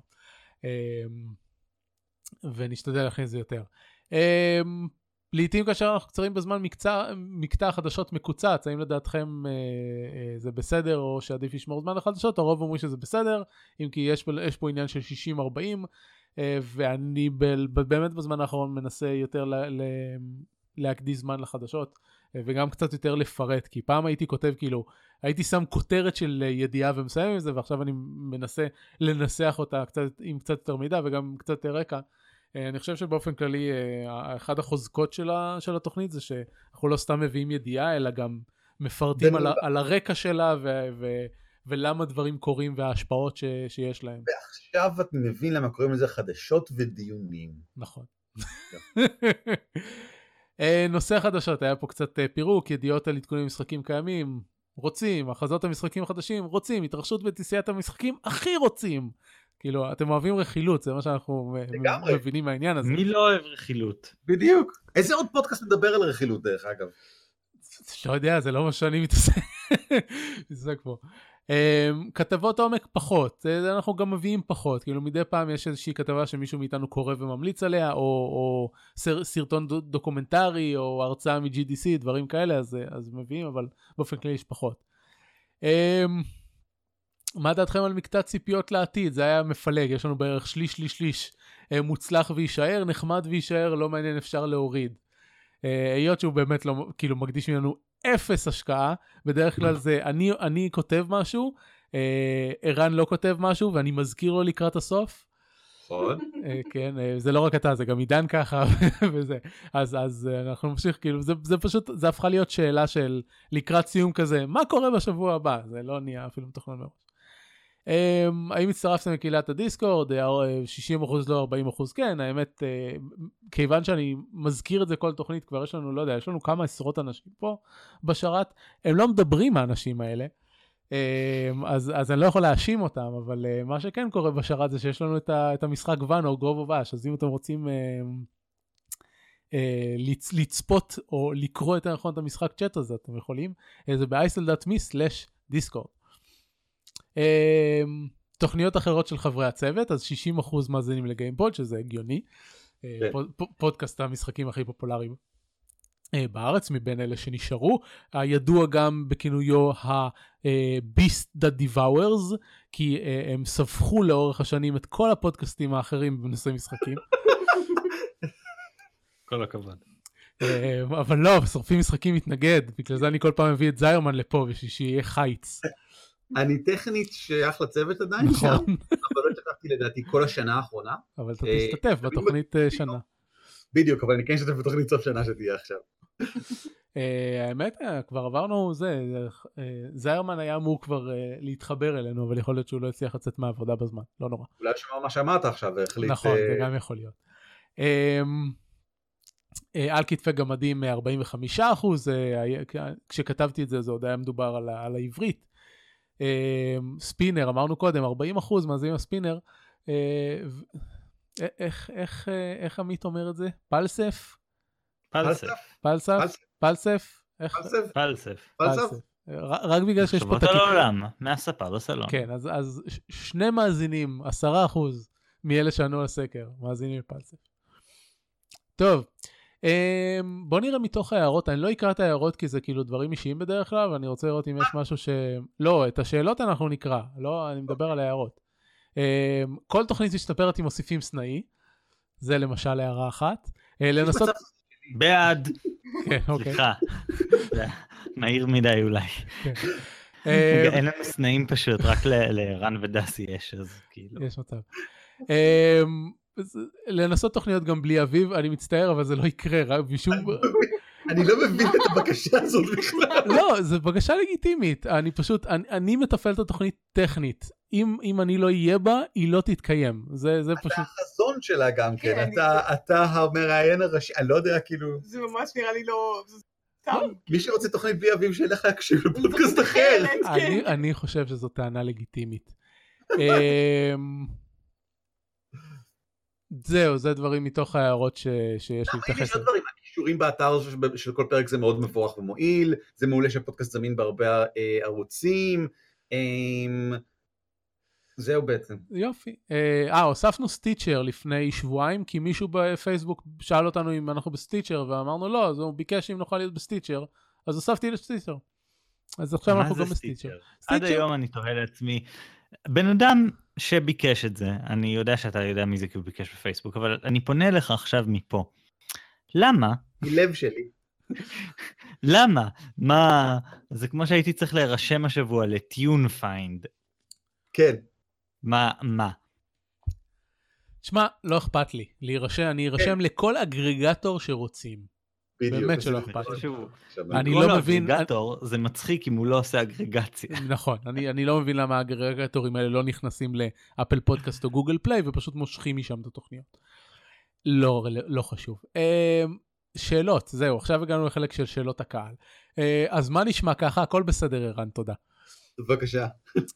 ונשתדל להכניס זה יותר. לעתים כאשר אנחנו קצרים בזמן מקצע, מקטע החדשות מקוצץ, האם לדעתכם זה בסדר או שעדיף לשמור זמן לחדשות, הרוב אומרים שזה בסדר, אם כי יש, יש פה עניין של שישים ארבעים, ואני באמת בזמן האחרון מנסה יותר לה, לה, להקדיש זמן לחדשות, וגם קצת יותר לפרט, כי פעם הייתי כותב כאילו, הייתי שם כותרת של ידיעה ומסיים עם זה, ועכשיו אני מנסה לנסח אותה קצת, עם קצת יותר מידע וגם קצת יותר רקע. אני חושב שבאופן כללי, אחד החוזקות של, ה, של התוכנית זה שאנחנו לא סתם מביאים ידיעה, אלא גם מפרטים על, על הרקע שלה ו... ו ולמה דברים קורים וההשפעות ש... שיש להם. ועכשיו את מבין למה קוראים לזה חדשות ודיונים. נכון. נושא חדשות, היה פה קצת פירוק, ידיעות על עדכונים משחקים קיימים, רוצים, הכרזות המשחקים החדשים, רוצים, התרחשות בתעשיית המשחקים, הכי רוצים. כאילו, אתם אוהבים רכילות, זה מה שאנחנו מבינים מהעניין הזה. מי לא אוהב רכילות? בדיוק. איזה עוד פודקאסט מדבר על רכילות דרך אגב? לא יודע, זה לא מה שאני מתעסק פה. כתבות עומק פחות, אנחנו גם מביאים פחות, כאילו מדי פעם יש איזושהי כתבה שמישהו מאיתנו קורא וממליץ עליה, או, או סרטון דוקומנטרי, או הרצאה מ-ג'י די סי, דברים כאלה, אז, אז מביאים, אבל באופן כללי יש פחות. מה דעתכם על מקטע ציפיות לעתיד? זה היה מפלג, יש לנו בערך שליש, שליש, שליש, מוצלח ויישאר, נחמד ויישאר, לא מעניין, אפשר להוריד. היות שהוא באמת לא, כאילו מקדיש ממנו אפס השקעה, בדרך כלל זה, אני, אני כותב משהו, ערן לא כותב משהו, ואני מזכיר לו לקראת הסוף. נכון. כן, זה לא רק אתה, זה גם עידן ככה, וזה. אז, אז אנחנו נמשיך, כאילו, זה, זה פשוט, זה הפכה להיות שאלה של לקראת סיום כזה, מה קורה בשבוע הבא? זה לא נהיה אפילו מתוכנן מראש. האם הצטרפתם לקהילת הדיסקורד? שישים אחוז לא, ארבעים אחוז כן, האמת, כיוון שאני מזכיר את זה כל תוכנית, כבר יש לנו, לא יודע, יש לנו כמה עשרות אנשים פה בשרת, הם לא מדברים האנשים האלה, אז, אז אני לא יכול להאשים אותם, אבל מה שכן קורה בשרת זה שיש לנו את, ה, את המשחק ואנו, גרוב ובאש, אז אם אתם רוצים לצ, לצפות או לקרוא יותר נכון את המשחק צ'אט הזה, אתם יכולים, זה ב-אייסל דוט מי סלש דיסקורד. תוכניות אחרות של חברי הצוות, אז שישים אחוז מאזינים לגיימפוד, שזה הגיוני. פודקאסט המשחקים הכי פופולריים בארץ, מבין אלה שנשארו. הידוע גם בכינויו ה-Beast That Devours, כי הם סבכו לאורך השנים את כל הפודקאסטים האחרים בנושא משחקים. כל הכבוד. אבל לא, שורפים משחקים מתנגד, בגלל זה אני כל פעם מביא את זיירמן לפה, בשביל שיהיה חיץ. אני טכנית שייך לצוות עדיין שם, אבל לא השתתפתי לדעתי כל השנה האחרונה. אבל אתה תשתתף בתוכנית שנה. בדיוק, אבל אני כן אשתתף בתוכנית סוף שנה שתהיה עכשיו. האמת, כבר עברנו זה, זיירמן היה אמור כבר להתחבר אלינו, אבל יכול להיות שהוא לא הצליח לצאת מהעבודה בזמן, לא נורא. אולי שמע מה שאמרת עכשיו והחליט... נכון, זה גם יכול להיות. על כתפי גמדים ארבעים וחמישה אחוז, כשכתבתי את זה, זה עוד היה מדובר על העברית. ספינר, אמרנו קודם, ארבעים אחוז מאזינים הספינר. איך, איך, איך עמית אומר את זה? פלסף? פלסף. פלסף? פלסף? פלסף. פלסף? רק בגלל שיש פה... חברות העולם, מהספר לסלון. כן, אז, אז שני מאזינים, עשרה אחוז מאלה שענו לסקר, מאזינים לפלסף. טוב. בוא נראה מתוך ההערות, אני לא אקרא את ההערות כי זה כאילו דברים אישיים בדרך כלל, ואני רוצה לראות אם יש משהו ש... לא, את השאלות אנחנו נקרא, לא, אני מדבר על ההערות. כל תוכנית משתפרת עם מוסיפים סנאי, זה למשל הערה אחת. לנסות... בעד. כן, אוקיי. סליחה. מהיר מדי אולי. אין לנו סנאים פשוט, רק לרן ודסי יש, אז כאילו. יש מצב. לנסות תוכניות גם בלי אביב, אני מצטער, אבל זה לא יקרה, רק בשום... אני לא מבין את הבקשה הזאת בכלל. לא, זו בקשה לגיטימית, אני פשוט, אני מתפעל את התוכנית טכנית, אם אני לא אהיה בה, היא לא תתקיים, זה פשוט... אתה החזון שלה גם כן, אתה המראיין הראשי, אני לא יודע כאילו... זה ממש נראה לי לא... מי שרוצה תוכנית בלי אביב שילך להקשיב לפודקאסט אחר. אני חושב שזו טענה לגיטימית. זהו, זה דברים מתוך ההערות שיש לי להתייחס. יש עוד דברים, הקישורים באתר של כל פרק זה מאוד מבורך ומועיל, זה מעולה שהפודקאסט זמין בהרבה ערוצים, זהו בעצם. יופי. אה, הוספנו סטיצ'ר לפני שבועיים, כי מישהו בפייסבוק שאל אותנו אם אנחנו בסטיצ'ר, ואמרנו לא, אז הוא ביקש אם נוכל להיות בסטיצ'ר, אז הוספתי לסטיצ'ר. אז עכשיו אנחנו גם בסטיצ'ר. עד היום אני תוהה לעצמי, בן אדם שביקש את זה, אני יודע שאתה יודע מי זה כי הוא ביקש בפייסבוק, אבל אני פונה לך עכשיו מפה. למה? מלב שלי. למה? מה? זה כמו שהייתי צריך להירשם השבוע לטיון פיינד. כן. מה? מה? תשמע, לא אכפת לי. להירשם, אני ארשם לכל אגרגטור שרוצים. באמת שלא אכפת לי. אני לא מבין... אגרגטור זה מצחיק אם הוא לא עושה אגרגציה. נכון, אני לא מבין למה האגרגטורים האלה לא נכנסים לאפל פודקאסט או גוגל פליי, ופשוט מושכים משם את התוכניות. לא, לא חשוב. שאלות, זהו, עכשיו הגענו לחלק של שאלות הקהל. אז מה נשמע ככה? הכל בסדר, ערן, תודה. בבקשה.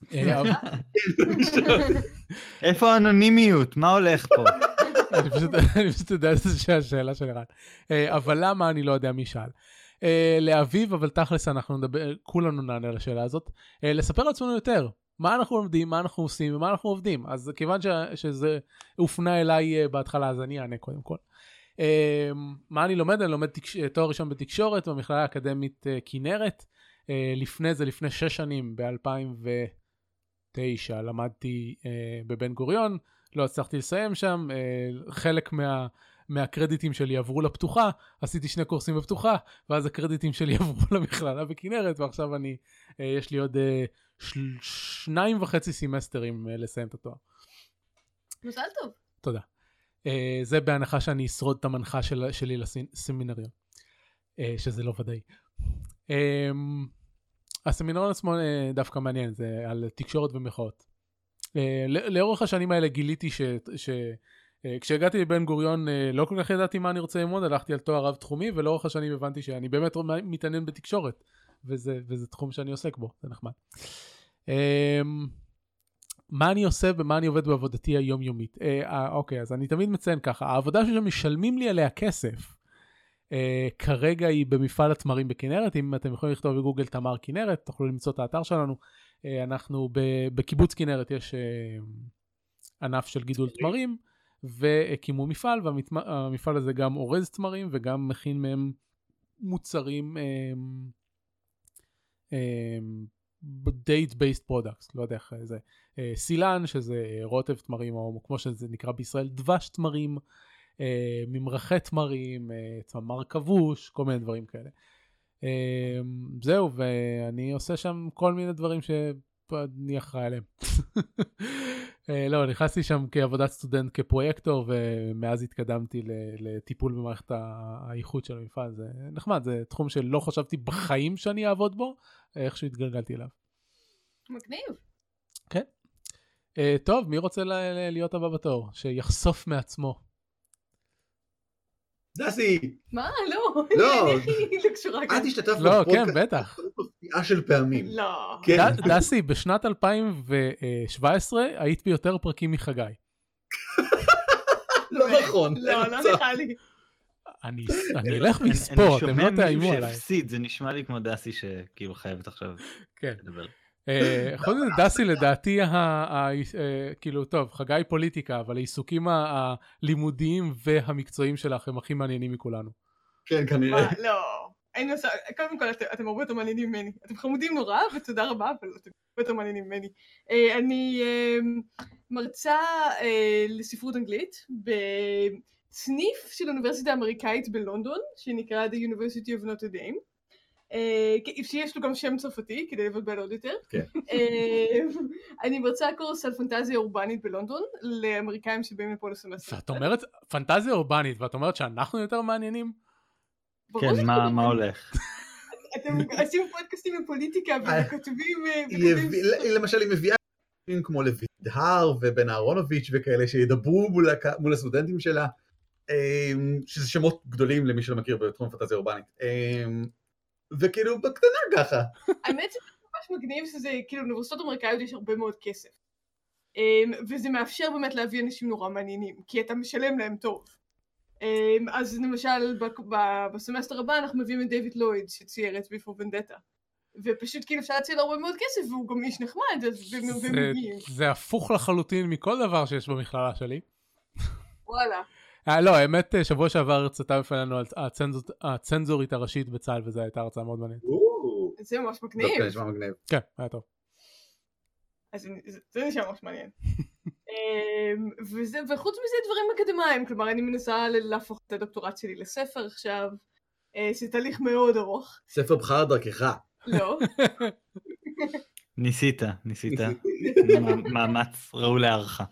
איפה האנונימיות? מה הולך פה? אני פשוט יודע שזו השאלה של ערן. אבל למה אני לא יודע מי שאל. לאביב, אבל תכלס אנחנו נדבר, כולנו נענה לשאלה הזאת. לספר לעצמנו יותר. מה אנחנו לומדים, מה אנחנו עושים ומה אנחנו עובדים. אז כיוון שזה הופנה אליי בהתחלה, אז אני אענה קודם כל. מה אני לומד? אני לומד תואר ראשון בתקשורת במכללה האקדמית כנרת. לפני זה, לפני שש שנים, ב-אלפיים ותשע, למדתי בבן גוריון, לא הצלחתי לסיים שם, חלק מה... מהקרדיטים שלי עברו לפתוחה, עשיתי שני קורסים בפתוחה, ואז הקרדיטים שלי עברו למכללה בכנרת, ועכשיו אני, יש לי עוד של... שניים וחצי סמסטרים לסיים את התואר. מזל טוב. תודה. זה בהנחה שאני אשרוד את המנחה של... שלי לסמינריון, שזה לא ודאי. הסמינריון עצמו דווקא מעניין, זה על תקשורת ומחאות. לאורך השנים האלה גיליתי ש... ש... כשהגעתי לבן גוריון לא כל כך ידעתי מה אני רוצה ללמוד, הלכתי על תואר רב תחומי, ולאורך השנים הבנתי שאני באמת מתעניין בתקשורת, וזה, וזה תחום שאני עוסק בו, זה נחמד. מה אני עושה ומה אני עובד בעבודתי היומיומית? אוקיי, אז אני תמיד מציין ככה, העבודה שמשלמים לי עליה כסף, כרגע היא במפעל התמרים בכנרת, אם אתם יכולים לכתוב בגוגל תמר כנרת, תוכלו למצוא את האתר שלנו, אנחנו בקיבוץ כנרת יש ענף של גידול תמרים, והקימו מפעל, והמפעל הזה גם אורז תמרים, וגם מכין מהם מוצרים date-based products, לא יודע איך זה, סילן, שזה רוטב תמרים, או כמו שזה נקרא בישראל, דבש תמרים, ממרחי תמרים, תמר כבוש, כל מיני דברים כאלה. זהו, ואני עושה שם כל מיני דברים שאני אחראי עליהם. לא, נכנסתי שם כעבודת סטודנט, כפרויקטור, ומאז התקדמתי לטיפול במערכת האיכות של המפעל. זה נחמד, זה תחום שלא חשבתי בחיים שאני אעבוד בו, איכשהו התגלגלתי אליו. מגניב. כן. טוב, מי רוצה להיות הבא בתור? שיחשוף מעצמו. דסי! מה? לא. לא. אני לא קשורה כאן. את השתתף לא, בפודקאסט. כן, בטח. פתיעה של פעמים. לא. דסי, בשנת אלפיים שבע עשרה היית ביותר פרקים מחגי. לא נכון. לא, לא נראה לי. אני אלך ויספור, אתם לא תאיימו עליי. אני שומע מישהו שהפסיד, זה נשמע לי כמו דסי שכאילו חייבת עכשיו לדבר. חוץ מזה, דסי לדעתי, כאילו טוב, חגי פוליטיקה, אבל העיסוקים הלימודיים והמקצועיים שלך הם הכי מעניינים מכולנו. כן, כנראה. לא, קודם כל אתם הרבה יותר מעניינים ממני. אתם חמודים נורא, ותודה רבה, אבל אתם הרבה יותר מעניינים ממני. אני מרצה לספרות אנגלית בסניף של אוניברסיטה אמריקאית בלונדון, שנקרא The University of Notre Dame. שיש לו גם שם צרפתי כדי לבלבל עוד יותר. אני מרצה קורס על פנטזיה אורבנית בלונדון לאמריקאים שבאים לפה לסמסטר. ואת אומרת פנטזיה אורבנית ואת אומרת שאנחנו יותר מעניינים? כן, מה הולך? אתם עושים פודקאסטים בפוליטיקה וכותבים... למשל היא מביאה כמו לוידהר ובן אהרונוביץ' וכאלה שידברו מול הסטודנטים שלה, שזה שמות גדולים למי שלא מכיר בתחום פנטזיה אורבנית. וכאילו בקטנה ככה. האמת שזה ממש מגניב שזה, כאילו, לאוניברסיטאות אמריקאיות יש הרבה מאוד כסף. וזה מאפשר באמת להביא אנשים נורא מעניינים, כי אתה משלם להם טוב. אז למשל, בסמסטר הבא אנחנו מביאים את דיוויד לויד, שצייר את ביפור ונדטה. ופשוט כאילו אפשר להציע לו הרבה מאוד כסף, והוא גם איש נחמד, אז ומגיעים. זה הפוך לחלוטין מכל דבר שיש במכללה שלי. וואלה. לא, האמת, שבוע שעבר הרצתה בפנינו על הצנזורית הראשית בצה"ל, וזו הייתה הרצאה מאוד מעניינת. זה ממש מגניב. דווקא נשמע מגניב. כן, היה טוב. אז זה נשמע ממש מעניין. וחוץ מזה דברים אקדמיים, כלומר אני מנסה להפוך את הדוקטורט שלי לספר עכשיו, זה תהליך מאוד ארוך. ספר בחר דרכך. לא. ניסית, ניסית. מאמץ ראוי להערכה.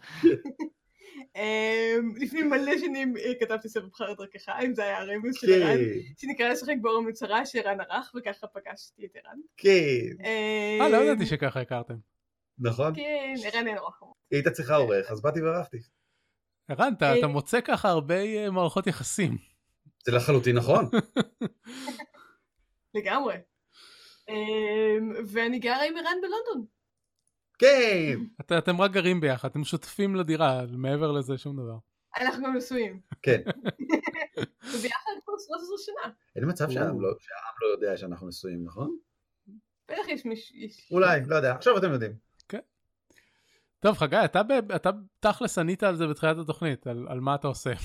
לפני מלא שנים כתבתי ספר בחר דרכך, אם זה היה הרמז של ערן, שנקרא לשחק באור המצרה שערן ערך, וככה פגשתי את ערן. כן. אה, לא ידעתי שככה הכרתם. נכון? כן, ערן אין אורח. היא הייתה צריכה עורך, אז באתי וערכתי. ערן, אתה מוצא ככה הרבה מערכות יחסים. זה לחלוטין נכון. לגמרי. ואני גרה עם ערן בלונדון. כן. אתם רק גרים ביחד, אתם שותפים לדירה, מעבר לזה שום דבר. אנחנו גם נשואים. כן. וביחד כבר שלוש עשרה שנה. אין מצב שהעם לא יודע שאנחנו נשואים, נכון? בטח יש מישהו. אולי, לא יודע, עכשיו אתם יודעים. כן. טוב, חגי, אתה תכלס ענית על זה בתחילת התוכנית, על מה אתה עושה.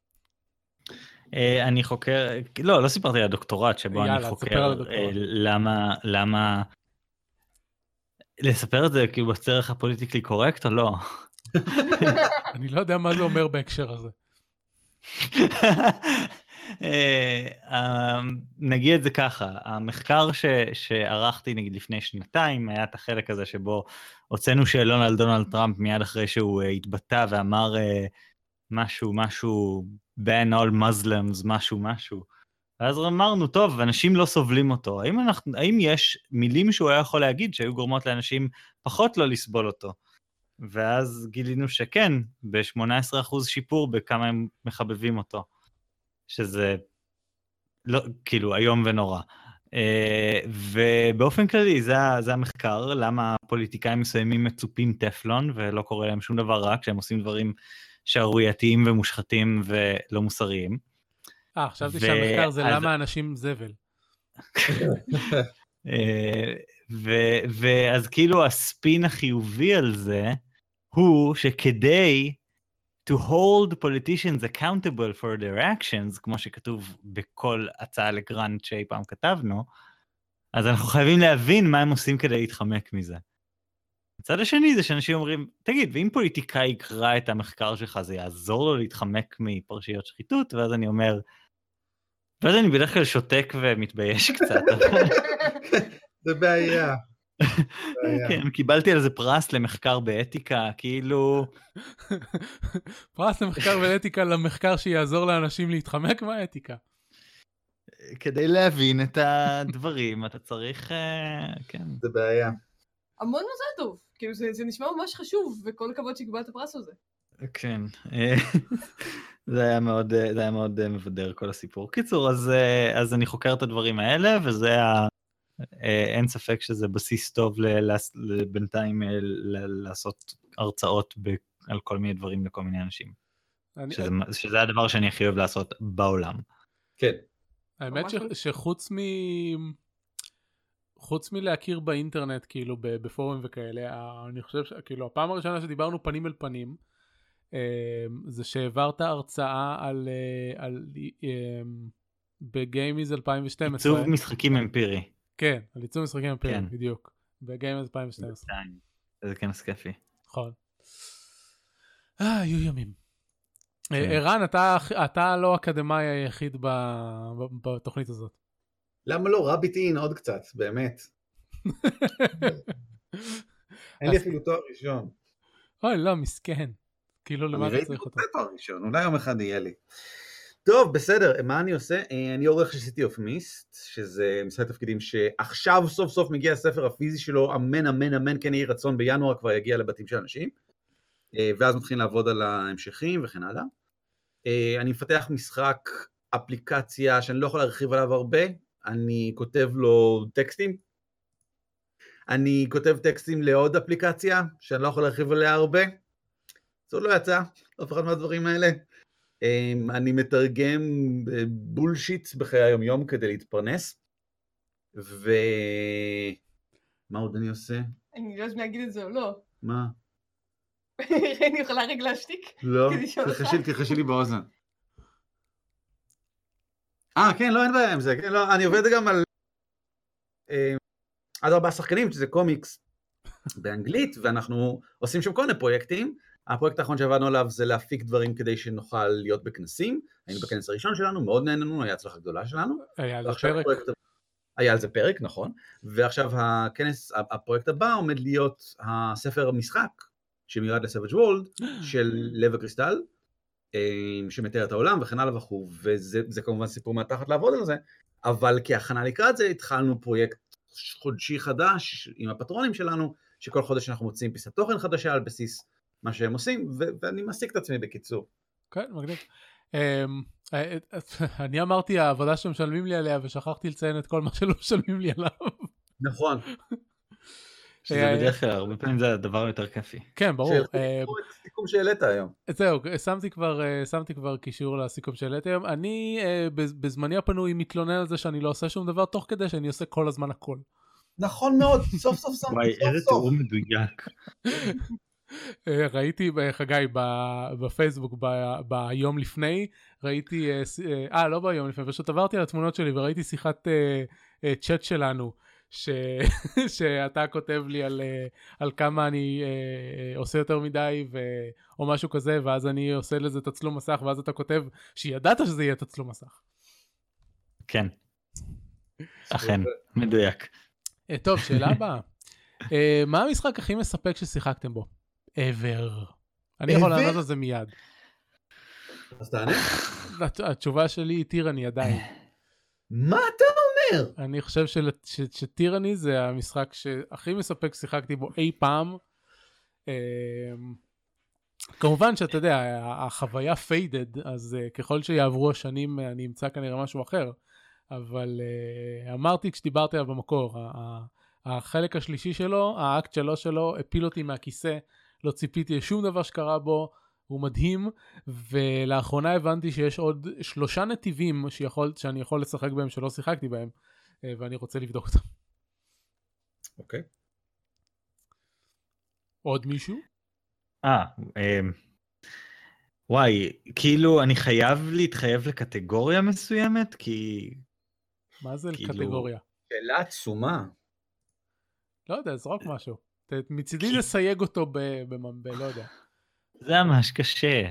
אני חוקר, לא, לא סיפרתי על הדוקטורט שבו אני חוקר למה, למה, לספר את זה כאילו בצורך הפוליטיקלי קורקט או לא? אני לא יודע מה זה אומר בהקשר הזה. נגיד את זה ככה, המחקר שערכתי נגיד לפני שנתיים, היה את החלק הזה שבו הוצאנו שאלון על דונלד טראמפ מיד אחרי שהוא התבטא ואמר משהו, משהו, ban all Muslims, משהו, משהו. ואז אמרנו, טוב, אנשים לא סובלים אותו. האם, אנחנו, האם יש מילים שהוא היה יכול להגיד שהיו גורמות לאנשים פחות לא לסבול אותו? ואז גילינו שכן, ב-שמונה עשרה אחוז שיפור בכמה הם מחבבים אותו. שזה לא, כאילו, היום ונורא. ובאופן כללי, זה, זה המחקר, למה פוליטיקאים מסוימים מצופים טפלון, ולא קורה להם שום דבר רע, כשהם עושים דברים שערורייתיים ומושחתים ולא מוסריים. אה, חשבתי שהמחקר זה למה אנשים זבל. ואז כאילו הספין החיובי על זה, הוא שכדי to hold politicians accountable for their actions, כמו שכתוב בכל הצעה לגרנט שאי פעם כתבנו, אז אנחנו חייבים להבין מה הם עושים כדי להתחמק מזה. הצד השני זה שאנשים אומרים, תגיד, ואם פוליטיקאי יקרא את המחקר שלך, זה יעזור לו להתחמק מפרשיות שחיתות, ואז אני אומר, ואז אני בדרך כלל שותק ומתבייש קצת. זה בעיה. כן, קיבלתי על זה פרס למחקר באתיקה, כאילו... פרס למחקר באתיקה למחקר שיעזור לאנשים להתחמק מהאתיקה. כדי להבין את הדברים, אתה צריך... כן. זה בעיה. המון מזל טוב, כאילו זה, זה נשמע ממש חשוב, וכל הכבוד שקיבלת הפרס הזה. כן, זה היה מאוד, זה היה מאוד מבדר כל הסיפור. קיצור, אז, אז אני חוקר את הדברים האלה, וזה היה, אין ספק שזה בסיס טוב לבינתיים לעשות הרצאות על כל מיני דברים לכל מיני אנשים. אני... שזה, שזה הדבר שאני הכי אוהב לעשות בעולם. כן. האמת ש, שחוץ מ... חוץ מלהכיר באינטרנט, כאילו, בפורום וכאלה, אני חושב שכאילו, הפעם הראשונה שדיברנו פנים אל פנים, זה שהעברת הרצאה על, על, בגיימיז אלפיים ושתים עשרה. עיצוב משחקים אמפירי. כן, על עיצוב משחקים אמפירי, כן. בדיוק. בגיימיז אלפיים ושתים עשרה. זה כנס כיפי. נכון. אה, היו ימים. ערן, אתה, אתה לא אקדמאי היחיד בתוכנית הזאת. למה לא? רביט אין עוד קצת, באמת. אין לי אפילו תואר ראשון. אוי, לא, מסכן. כאילו, למה אתה צריך אותו? אני ראיתי תואר ראשון, אולי יום אחד יהיה לי. טוב, בסדר, מה אני עושה? אני עורך של City of Mist, שזה משחק תפקידים שעכשיו סוף סוף מגיע הספר הפיזי שלו, אמן, אמן, אמן, כן יהי רצון בינואר כבר יגיע לבתים של אנשים, ואז מתחילים לעבוד על ההמשכים וכן הלאה. אני מפתח משחק, אפליקציה שאני לא יכול להרחיב עליו הרבה, אני כותב לו טקסטים, אני כותב טקסטים לעוד אפליקציה, שאני לא יכול להרחיב עליה הרבה, זה לא יצא, אף אחד מהדברים האלה, אני מתרגם בולשיט בחיי היום יום כדי להתפרנס, ומה עוד אני עושה? אני לא יודעת להגיד את זה או לא. מה? אני יכולה רגע להשתיק? לא, תלחשי לי באוזן. אה, כן, לא, אין בעיה עם זה, כן, לא, אני עובד גם על אה, עד ארבעה שחקנים, שזה קומיקס באנגלית, ואנחנו עושים שם כל מיני פרויקטים. הפרויקט האחרון שעבדנו עליו זה להפיק דברים כדי שנוכל להיות בכנסים. היינו בכנס הראשון שלנו, מאוד נהננו, היה הצלחה גדולה שלנו. היה על זה פרק. פרויקט... היה על זה פרק, נכון. ועכשיו הכנס, הפרויקט הבא עומד להיות הספר המשחק, שמיועד לסאביג' וורלד, של לב הקריסטל, שמתאר את העולם וכן הלאה וכו', וזה כמובן סיפור מהתחת לעבוד על זה, אבל כהכנה לקראת זה התחלנו פרויקט חודשי חדש עם הפטרונים שלנו, שכל חודש אנחנו מוצאים פיסת תוכן חדשה על בסיס מה שהם עושים, ואני מעסיק את עצמי בקיצור. כן, מגניב. אני אמרתי העבודה שמשלמים לי עליה ושכחתי לציין את כל מה שלא משלמים לי עליו. נכון. שזה בדרך כלל, הרבה פעמים זה הדבר יותר כיפי. כן, ברור. שילכו את הסיכום שהעלית היום. זהו, שמתי כבר, שמתי כבר קישור לסיכום שהעליתי היום. אני בזמני הפנוי מתלונן על זה שאני לא עושה שום דבר תוך כדי שאני עושה כל הזמן הכל. נכון מאוד, סוף סוף סוף. וואי, איזה תיאור מדויק. ראיתי, חגי, בפייסבוק ביום לפני, ראיתי, אה, לא ביום לפני, פשוט עברתי על התמונות שלי וראיתי שיחת צ'אט שלנו, שאתה כותב לי על כמה אני עושה יותר מדי, או משהו כזה, ואז אני עושה לזה תצלום מסך, ואז אתה כותב שידעת שזה יהיה תצלום מסך. כן, אכן, מדויק. טוב, שאלה הבאה. מה המשחק הכי מספק ששיחקתם בו? ever. אני יכול לענות על זה מיד. אז תענה. התשובה שלי היא טירני עדיין. מה אתה אומר? אני חושב שטירני זה המשחק שהכי מספק שיחקתי בו אי פעם. כמובן שאתה יודע, החוויה פיידד, אז ככל שיעברו השנים אני אמצא כנראה משהו אחר. אבל אמרתי כשדיברתי עליו במקור, החלק השלישי שלו, האקט שלו שלו, הפיל אותי מהכיסא, לא ציפיתי לשום דבר שקרה בו, הוא מדהים, ולאחרונה הבנתי שיש עוד שלושה נתיבים שיכול, שאני יכול לשחק בהם שלא שיחקתי בהם, ואני רוצה לבדוק אותם. אוקיי. Okay. עוד מישהו? אה, וואי, כאילו אני חייב להתחייב לקטגוריה מסוימת, כי... מה זה קטגוריה? שאלה עצומה. לא יודע, זרוק משהו. מצידי לסייג אותו במנבא, לא יודע. זה ממש קשה.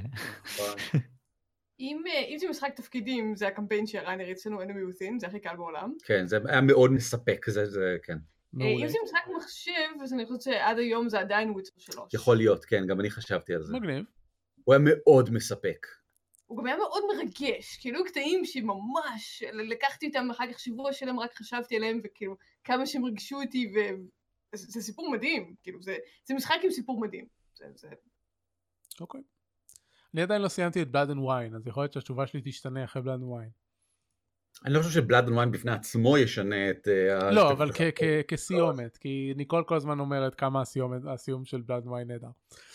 אם זה משחק תפקידים, זה הקמפיין שהראה נראית לנו אין המיעוטים, זה הכי קל בעולם. כן, זה היה מאוד מספק, זה כן. אם זה משחק מחשב, אז אני חושבת שעד היום זה עדיין וויצ'ר שלוש. יכול להיות, כן, גם אני חשבתי על זה. מגניב. הוא היה מאוד מספק. הוא גם היה מאוד מרגש, כאילו קטעים שממש, לקחתי אותם אחר כך שבוע שלהם, רק חשבתי עליהם, וכאילו כמה שהם רגשו אותי, וזה סיפור מדהים, כאילו זה, זה משחק עם סיפור מדהים. זה, זה... אוקיי. אני עדיין לא סיימתי את Blood and Wine, אז יכול להיות שהתשובה שלי תשתנה אחרי Blood and Wine. אני לא חושב שבלאד אנד ויין בפני עצמו ישנה את... לא, אבל כסיומת, כי ניקול כל הזמן אומרת כמה הסיום של בלאד אנד ויין נהדר.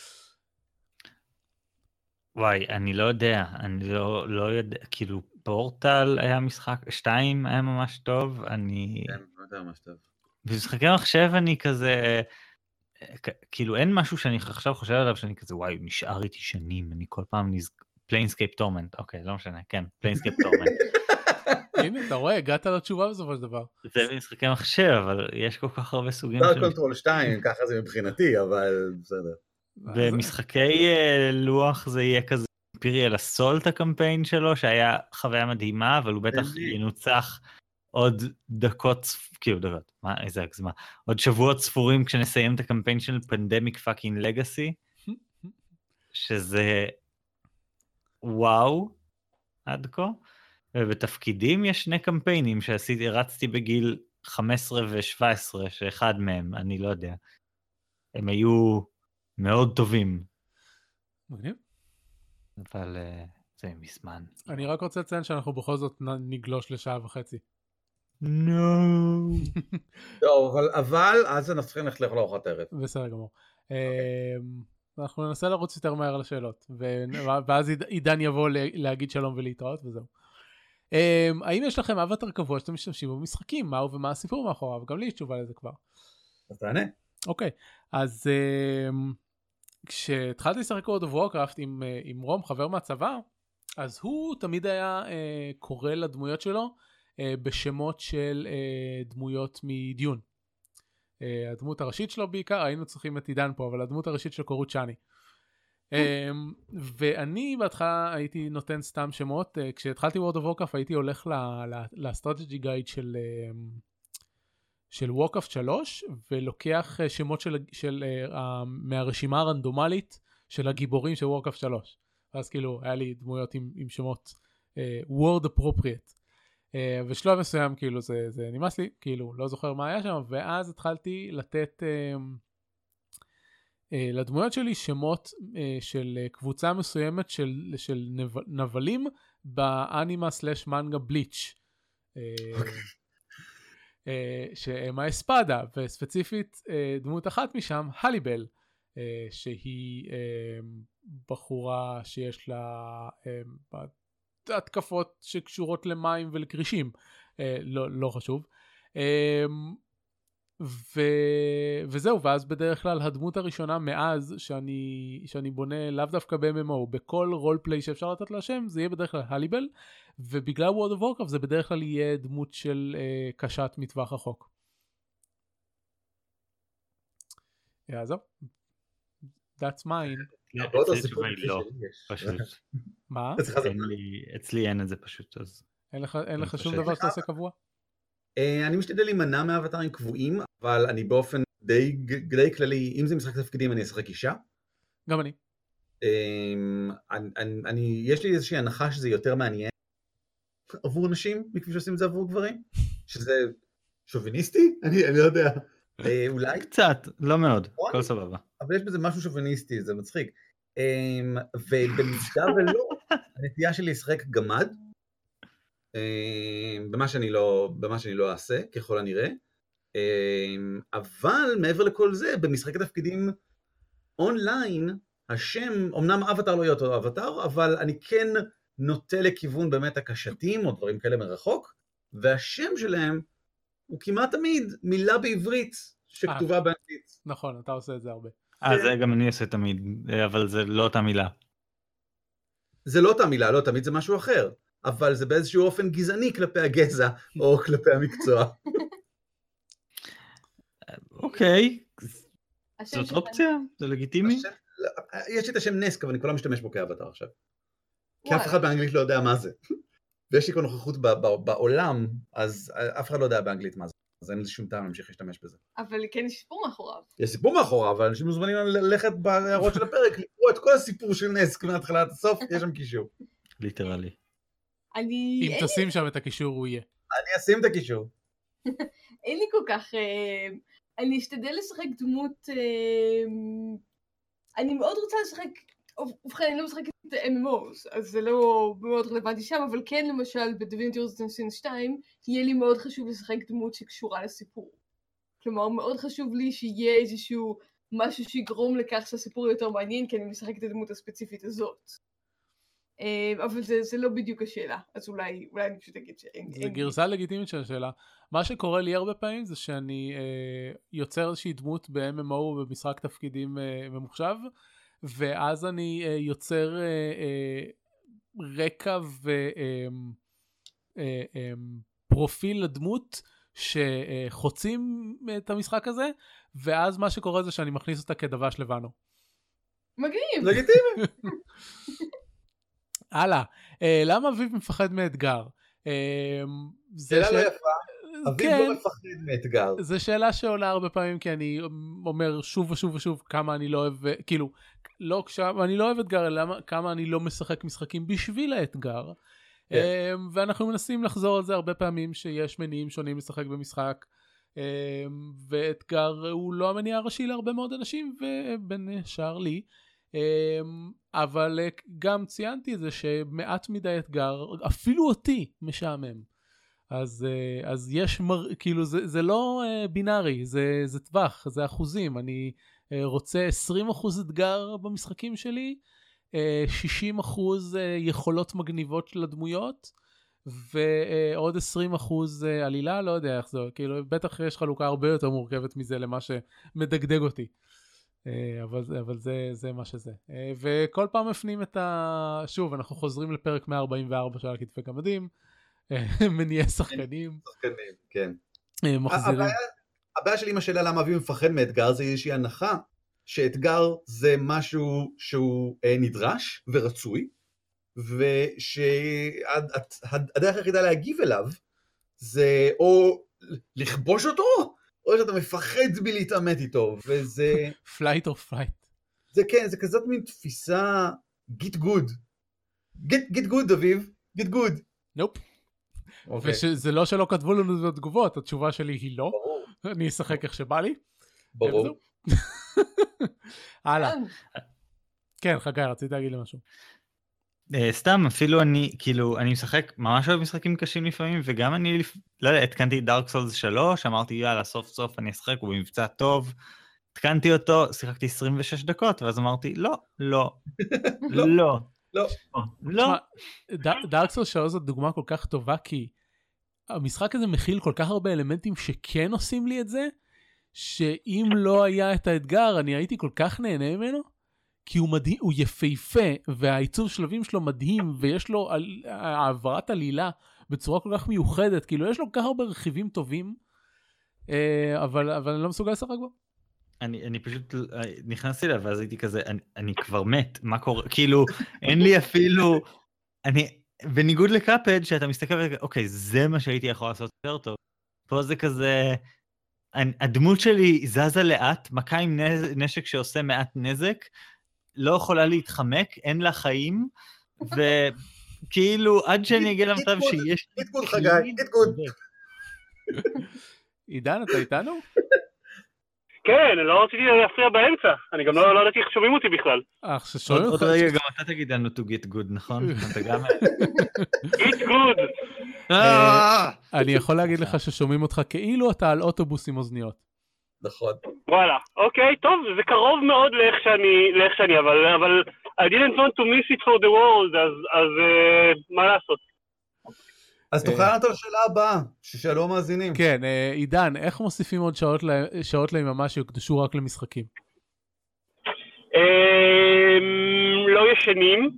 וואי, אני לא יודע, אני לא, לא יודע, כאילו פורטל היה משחק, שתיים היה ממש טוב, אני... כן, היה ממש טוב. במשחקי מחשב אני כזה, כאילו אין משהו שאני עכשיו חושב עליו שאני כזה, וואי, הוא נשאר איתי שנים, אני כל פעם נזכר, פליינסקייפ טורמנט, אוקיי, לא משנה, כן, פליינסקייפ טורמנט. הנה, אתה רואה, הגעת לתשובה בסופו של דבר. זה במשחקי מחשב, אבל יש כל כך הרבה סוגים של... קונטרול שתיים, ככה זה מבחינתי, אבל בסדר. במשחקי לוח זה יהיה כזה אימפריאל אסולט הקמפיין שלו, שהיה חוויה מדהימה, אבל הוא בטח ינוצח עוד דקות, כאילו דקות, מה, איזה הגזמה, עוד שבועות ספורים כשנסיים את הקמפיין של פנדמיק פאקינג לגאסי, שזה וואו, עד כה, ובתפקידים יש שני קמפיינים שעשיתי, רצתי בגיל חמש עשרה ו-שבע עשרה, שאחד מהם, אני לא יודע, הם היו מאוד טובים. מגניב. אבל זה מזמן. אני רק רוצה לציין שאנחנו בכל זאת נגלוש לשעה וחצי. נו. טוב, אבל אז אנחנו צריכים ללכת לארוחת ערב. בסדר גמור. אנחנו ננסה לרוץ יותר מהר לשאלות, ואז עידן יבוא להגיד שלום ולהתראות וזהו. האם יש לכם אבטר קבוע שאתם משתמשים במשחקים? מהו ומה הסיפור מאחוריו? גם לי יש תשובה לזה כבר. אז תענה. אוקיי, אז כשהתחלתי לשחק World of Warcraft עם, עם רום, חבר מהצבא, אז הוא תמיד היה קורא לדמויות שלו בשמות של דמויות מדיון. הדמות הראשית שלו בעיקר, היינו צריכים את עידן פה, אבל הדמות הראשית שלו קורות שני. ואני בהתחלה הייתי נותן סתם שמות, כשהתחלתי World of Warcraft הייתי הולך לסטרטג'י גייד של... של וורקראפט שלוש, ולוקח שמות של, של, uh, מהרשימה הרנדומלית של הגיבורים של וורקראפט שלוש. אז כאילו, היה לי דמויות עם, עם שמות uh, word appropriate. Uh, ושלב מסוים, כאילו, זה, זה נמאס לי, כאילו, לא זוכר מה היה שם, ואז התחלתי לתת uh, לדמויות שלי שמות של קבוצה מסוימת של, של נבלים באנימה סלש מנגה בליץ'. שהם האספדה, וספציפית דמות אחת משם, הליבל, שהיא בחורה שיש לה התקפות שקשורות למים ולקרישים, לא, לא חשוב. ו... וזהו, ואז בדרך כלל הדמות הראשונה מאז שאני, שאני בונה לאו דווקא ב-אם אם או, בכל רולפליי שאפשר לתת לה שם, זה יהיה בדרך כלל הליבל, ובגלל World of Warcraft זה בדרך כלל יהיה דמות של uh, קשת מטווח רחוק. יעזוב. That's mine. מה? אצלי אין את זה פשוט, אז... אין לך שום דבר שאתה עושה קבוע? אני משתדל להימנע מאבטרים קבועים, אבל אני באופן די, די כללי, אם זה משחק תפקידים אני אשחק אישה. גם אני. אני, אני, יש לי איזושהי הנחה שזה יותר מעניין עבור נשים, מכפי שעושים את זה עבור גברים, שזה שוביניסטי? אני, אני לא יודע. אולי? קצת, לא מאוד, כל סבבה. אבל יש בזה משהו שוביניסטי, זה מצחיק. ובמידה ולא, הנטייה שלי לשחק גמד, במה שאני לא, במה שאני לא אעשה, ככל הנראה. אבל מעבר לכל זה, במשחק התפקידים אונליין, השם, אמנם אבטר לא יהיה אותו אבטר, אבל אני כן נוטה לכיוון באמת הקשתים, או דברים כאלה מרחוק, והשם שלהם הוא כמעט תמיד מילה בעברית שכתובה באנגלית. נכון, אתה עושה את זה הרבה. אה, זה גם אני עושה תמיד, אבל זה לא אותה מילה. זה לא אותה מילה, לא, תמיד זה משהו אחר. אבל זה באיזשהו אופן גזעני כלפי הגזע, או כלפי המקצוע. אוקיי, זאת אופציה? זה לגיטימי? יש לי את השם נסק, אבל אני כבר לא משתמש בו כאבטר עכשיו. כי אף אחד באנגלית לא יודע מה זה. ויש לי כבר נוכחות בעולם, אז אף אחד לא יודע באנגלית מה זה. אז אין לי שום טעם להמשיך להשתמש בזה. אבל כן יש סיפור מאחוריו. יש סיפור מאחוריו, אבל אנשים מוזמנים ללכת בהערות של הפרק, לקרוא את כל הסיפור של נסק מההתחלה עד הסוף, יש שם קישור. ליטרלי. אני... אם תשים שם את הקישור הוא יהיה. אני אשים את הקישור. אין לי כל כך... אני אשתדל לשחק דמות... אני מאוד רוצה לשחק... ובכן, אני לא משחקת את ה-אם אם או's, אז זה לא מאוד רלוונטי שם, אבל כן למשל ב-Divinity Original Sin שתיים, יהיה לי מאוד חשוב לשחק דמות שקשורה לסיפור. כלומר, מאוד חשוב לי שיהיה איזשהו משהו שיגרום לכך שהסיפור יותר מעניין, כי אני משחקת את הדמות הספציפית הזאת. אבל זה, זה לא בדיוק השאלה, אז אולי, אולי אני פשוט אגיד שאין... זה גרסה לגיטימית של השאלה. מה שקורה לי הרבה פעמים זה שאני אה, יוצר איזושהי דמות ב-אם אם או במשחק תפקידים אה, ממוחשב, ואז אני אה, יוצר אה, אה, רקע ופרופיל אה, אה, לדמות שחוצים את המשחק הזה, ואז מה שקורה זה שאני מכניס אותה כדבש לבנו. מגניב. לגיטימי. הלאה, למה אביב מפחד מאתגר? שאלה לא יפה, אביב לא מפחד מאתגר. זו שאלה שעולה הרבה פעמים, כי אני אומר שוב ושוב ושוב כמה אני לא אוהב, כאילו, לא אני לא אוהב אתגר, אלא כמה אני לא משחק משחקים בשביל האתגר, ואנחנו מנסים לחזור על זה הרבה פעמים, שיש מניעים שונים לשחק במשחק, ואתגר הוא לא המניע הראשי להרבה מאוד אנשים, ובין השאר לי, אבל גם ציינתי את זה שמעט מדי אתגר, אפילו אותי משעמם. אז, אז יש, מר, כאילו זה, זה לא בינארי, זה, זה טווח, זה אחוזים. אני רוצה עשרים אחוז אתגר במשחקים שלי, שישים אחוז יכולות מגניבות של הדמויות, ועוד עשרים אחוז עלילה, לא יודע איך זה, כאילו בטח יש חלוקה הרבה יותר מורכבת מזה למה שמדגדג אותי. אבל, אבל זה, זה מה שזה. וכל פעם מפנים את ה... שוב, אנחנו חוזרים לפרק מאה ארבעים וארבע של כתפי גמדים, מניעי שחקנים. שחקנים, כן. מחזירים. הבעיה, הבעיה שלי עם השאלה ללמה אביב מפחד מאתגר, זה איזושהי הנחה, שאתגר זה משהו שהוא נדרש ורצוי, ושהדרך היחידה להגיב אליו, זה או לכבוש אותו, או שאתה מפחד מלהתעמת איתו, וזה... פלייט או פלייט. זה כן, זה כזאת מין תפיסה, get good. get, get good, אביב, get good. נופ. וזה לא שלא כתבו לנו בתגובות, התשובה שלי היא לא. ברור. אני אשחק איך שבא לי. ברור. הלאה. כן, חגי, רציתי להגיד לי משהו. סתם, אפילו אני, כאילו, אני משחק, ממש אוהב משחקים קשים לפעמים, וגם אני, לא יודע, התקנתי דארק סולס שלוש, אמרתי, יאללה, סוף סוף אני אשחק, הוא במבצע טוב, התקנתי אותו, שיחקתי עשרים ושש דקות, ואז אמרתי, לא, לא, לא, לא. לא. דארק סולס שלוש זאת דוגמה כל כך טובה, כי המשחק הזה מכיל כל כך הרבה אלמנטים שכן עושים לי את זה, שאם לא היה את האתגר, אני הייתי כל כך נהנה ממנו, כי הוא מדהים, הוא יפהפה, והעיצוב שלבים שלו מדהים, ויש לו העברת עלילה בצורה כל כך מיוחדת, כאילו יש לו כל כך הרבה רכיבים טובים, אבל, אבל אני לא מסוגל לשחק בו. אני, אני פשוט נכנסתי אליו, ואז הייתי כזה, אני, אני כבר מת, מה קורה? כאילו, אין לי אפילו, אני, בניגוד לקאפד, שאתה מסתכל, אוקיי, זה מה שהייתי יכול לעשות יותר טוב. פה זה כזה, הדמות שלי זזה לאט, מכה עם נשק שעושה מעט נזק, לא יכולה להתחמק, אין לה חיים, וכאילו, עד שאני אגיע למצב שיש... גיטגוד חגי, גיטגוד. עידן, אתה איתנו? כן, לא רציתי להפריע באמצע, אני גם לא ידעתי איך שומעים אותי בכלל. אה, ששומעים אותך... עוד רגע, גם אתה תגיד לנו to get good, נכון? אתה גם... get good! אני יכול להגיד לך ששומעים אותך כאילו אתה על אוטובוס עם אוזניות. נכון. וואלה, אוקיי, טוב, זה קרוב מאוד לאיך שאני, לאיך שאני, אבל, אבל I didn't want to miss it for the world, אז, אז מה לעשות? אז תוכל לענות על השאלה הבאה, ששאלו המאזינים. כן, עידן, איך מוסיפים עוד שעות ליממה שיוקדשו רק למשחקים? לא ישנים.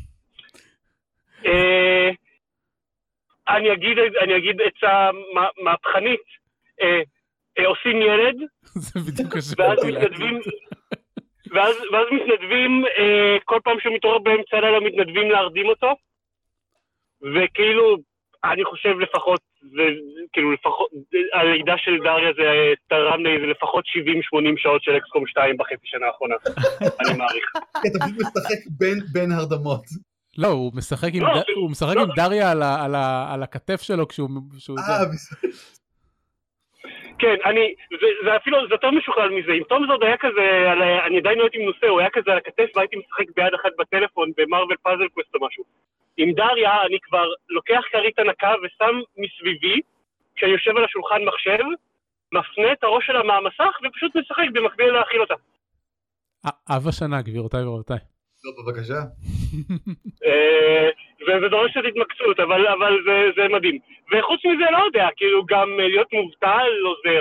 אני אגיד, אני אגיד עצה מהפכנית, עושים ילד, זה בדיוק ואז מתנדבים, ואז, ואז מתנדבים, כל פעם שמתעורר באמצע הלילה מתנדבים להרדים אותו, וכאילו, אני חושב לפחות, זה, כאילו לפחות, הלידה של דריה זה תרם לי, זה לפחות שבעים שמונים שעות של אקסקום שתיים בחצי שנה האחרונה, אני מעריך. אתה פשוט משחק בין הרדמות. לא, הוא משחק עם, ד... הוא משחק עם דריה על, ה... על, ה... על הכתף שלו כשהוא... אה, בסדר. כן, אני, זה, זה אפילו, זה יותר משוכלל מזה, עם תום זאת היה כזה, על, אני עדיין לא הייתי מנוסה, הוא היה כזה על הכתף והייתי משחק ביד אחת בטלפון במרוול פאזל קווסט או משהו. עם דריה אני כבר לוקח כרית הנקה ושם מסביבי, כשאני יושב על השולחן מחשב, מפנה את הראש שלה מהמסך ופשוט משחק במקביל להאכיל אותה. אב השנה, גבירותיי ורבותיי. לא, בבקשה. וזה דורש את התמקצות, אבל זה מדהים. וחוץ מזה לא יודע, כאילו גם להיות מובטל עוזר.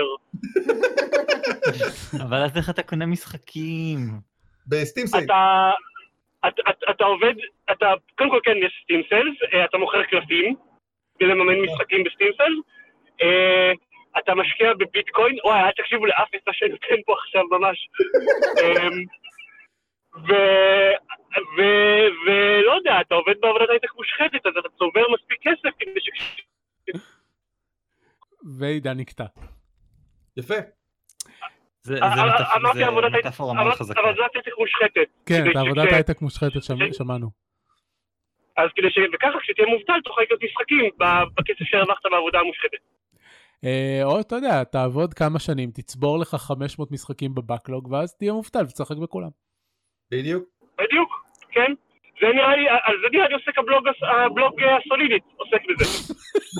אבל אז איך אתה קונה משחקים? בסטים סייל. אתה עובד, אתה, קודם כל כן יש סטים סיילס, אתה מוכר קלפים, כדי לממן משחקים בסטים סיילס, אתה משקיע בביטקוין, וואי, אל תקשיבו לאף עצה שאני נותן פה עכשיו ממש. ולא יודע, אתה עובד בעבודת הייטק מושחתת, אז אתה צובר מספיק כסף כדי ש... ועידן נקטע. יפה. זה מטאפורה מאוד חזקה. אבל זה הייטק מושחתת. כן, את עבודת הייטק מושחתת שמענו. אז כדי ש... וככה כשתהיה מובטל תוכל לקנות משחקים בכסף שהרווחת בעבודה המושחתת. או אתה יודע, תעבוד כמה שנים, תצבור לך חמש מאות משחקים בבקלוג, ואז תהיה מובטל ותשחק בכולם. בדיוק. בדיוק, כן. זה נראה לי, על זה נראה לי עוסק הבלוג, הבלוג הסולידית, עוסק בזה.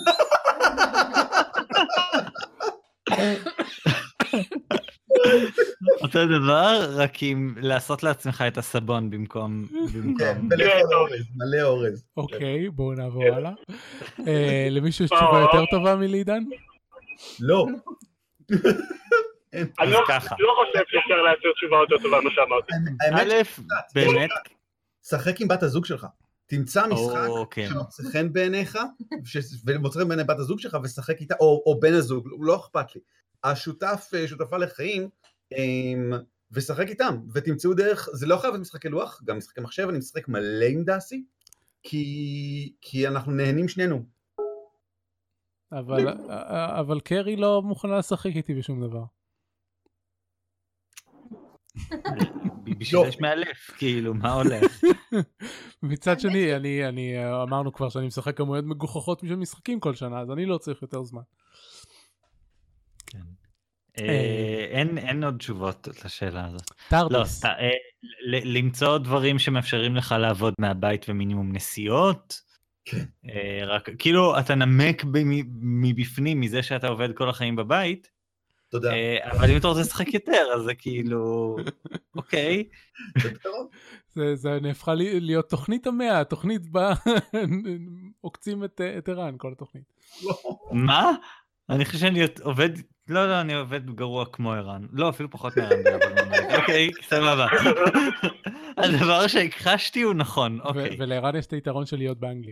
אותו דבר, רק עם לעשות לעצמך את הסבון במקום... מלא אורז. אוקיי, בואו נעבור הלאה. למישהו יש תשובה יותר טובה מלידן? לא. אני לא חושב שאפשר לייצר תשובה יותר טובה מה שאמרתי. א', באמת... שחק עם בת הזוג שלך. תמצא משחק שמוצא חן בעיניך, ומוצא חן בעיני בת הזוג שלך, ושחק איתה, או בן הזוג, לא אכפת לי. השותף, שותפה לחיים, ושחק איתם, ותמצאו דרך, זה לא חייב להיות משחקי לוח, גם משחקי מחשב, אני משחק מלא עם דאסי, כי אנחנו נהנים שנינו. אבל קרי לא מוכנה לשחק איתי בשום דבר. בשביל זה יש מאלף, כאילו, מה הולך? מצד שני, אני אמרנו כבר שאני משחק כמויות מגוחכות בשביל משחקים כל שנה, אז אני לא צריך יותר זמן. כן. אין עוד תשובות לשאלה הזאת. טרדס. למצוא דברים שמאפשרים לך לעבוד מהבית ומינימום נסיעות. רק כאילו אתה נמק מבפנים מזה שאתה עובד כל החיים בבית. תודה. אבל אם אתה רוצה לשחק יותר, אז זה כאילו, אוקיי. זה נהפכה להיות תוכנית המאה, תוכנית בה עוקצים את ערן, כל התוכנית. מה? אני חושב שאני עובד, לא, לא, אני עובד גרוע כמו ערן. לא, אפילו פחות מערן. אוקיי, סבבה. הדבר שהכחשתי הוא נכון, אוקיי. ולערן יש את היתרון של להיות באנגליה.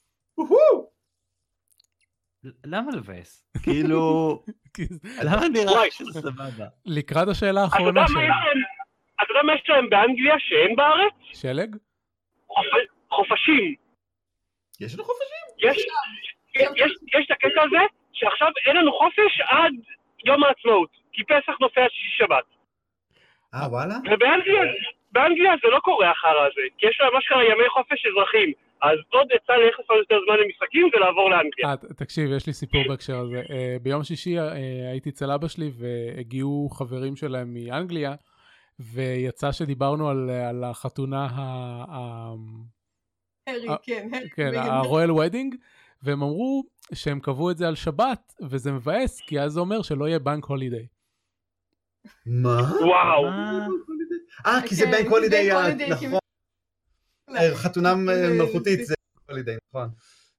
למה לבאס? כאילו, למה נראה שזה סבבה? לקראת השאלה האחרונה שלנו. אתה יודע מה יש להם באנגליה שאין בארץ? שלג? חופשים. יש לנו חופשים? יש את הקטע הזה שעכשיו אין לנו חופש עד יום העצמאות, כי פסח נופל שישי שבת. אה, וואלה? ובאנגליה זה לא קורה אחר הזה, כי יש להם מה שקרה ימי חופש אזרחים. אז עוד יצא להיחס על יותר זמן למשחקים ולעבור לאנגליה. 아, תקשיב, יש לי סיפור בהקשר הזה. Uh, ביום שישי uh, הייתי אצל אבא שלי והגיעו חברים שלהם מאנגליה, ויצא שדיברנו על, על החתונה ה... ה... הרי, ה... כן, כן, הרויאל וודינג, והם אמרו שהם קבעו את זה על שבת, וזה מבאס, כי אז זה אומר שלא יהיה בנק הולידיי. מה? וואו. אה, כי זה בנק הולידיי, נכון. חתונה מלכותית זה הולידיי, נכון.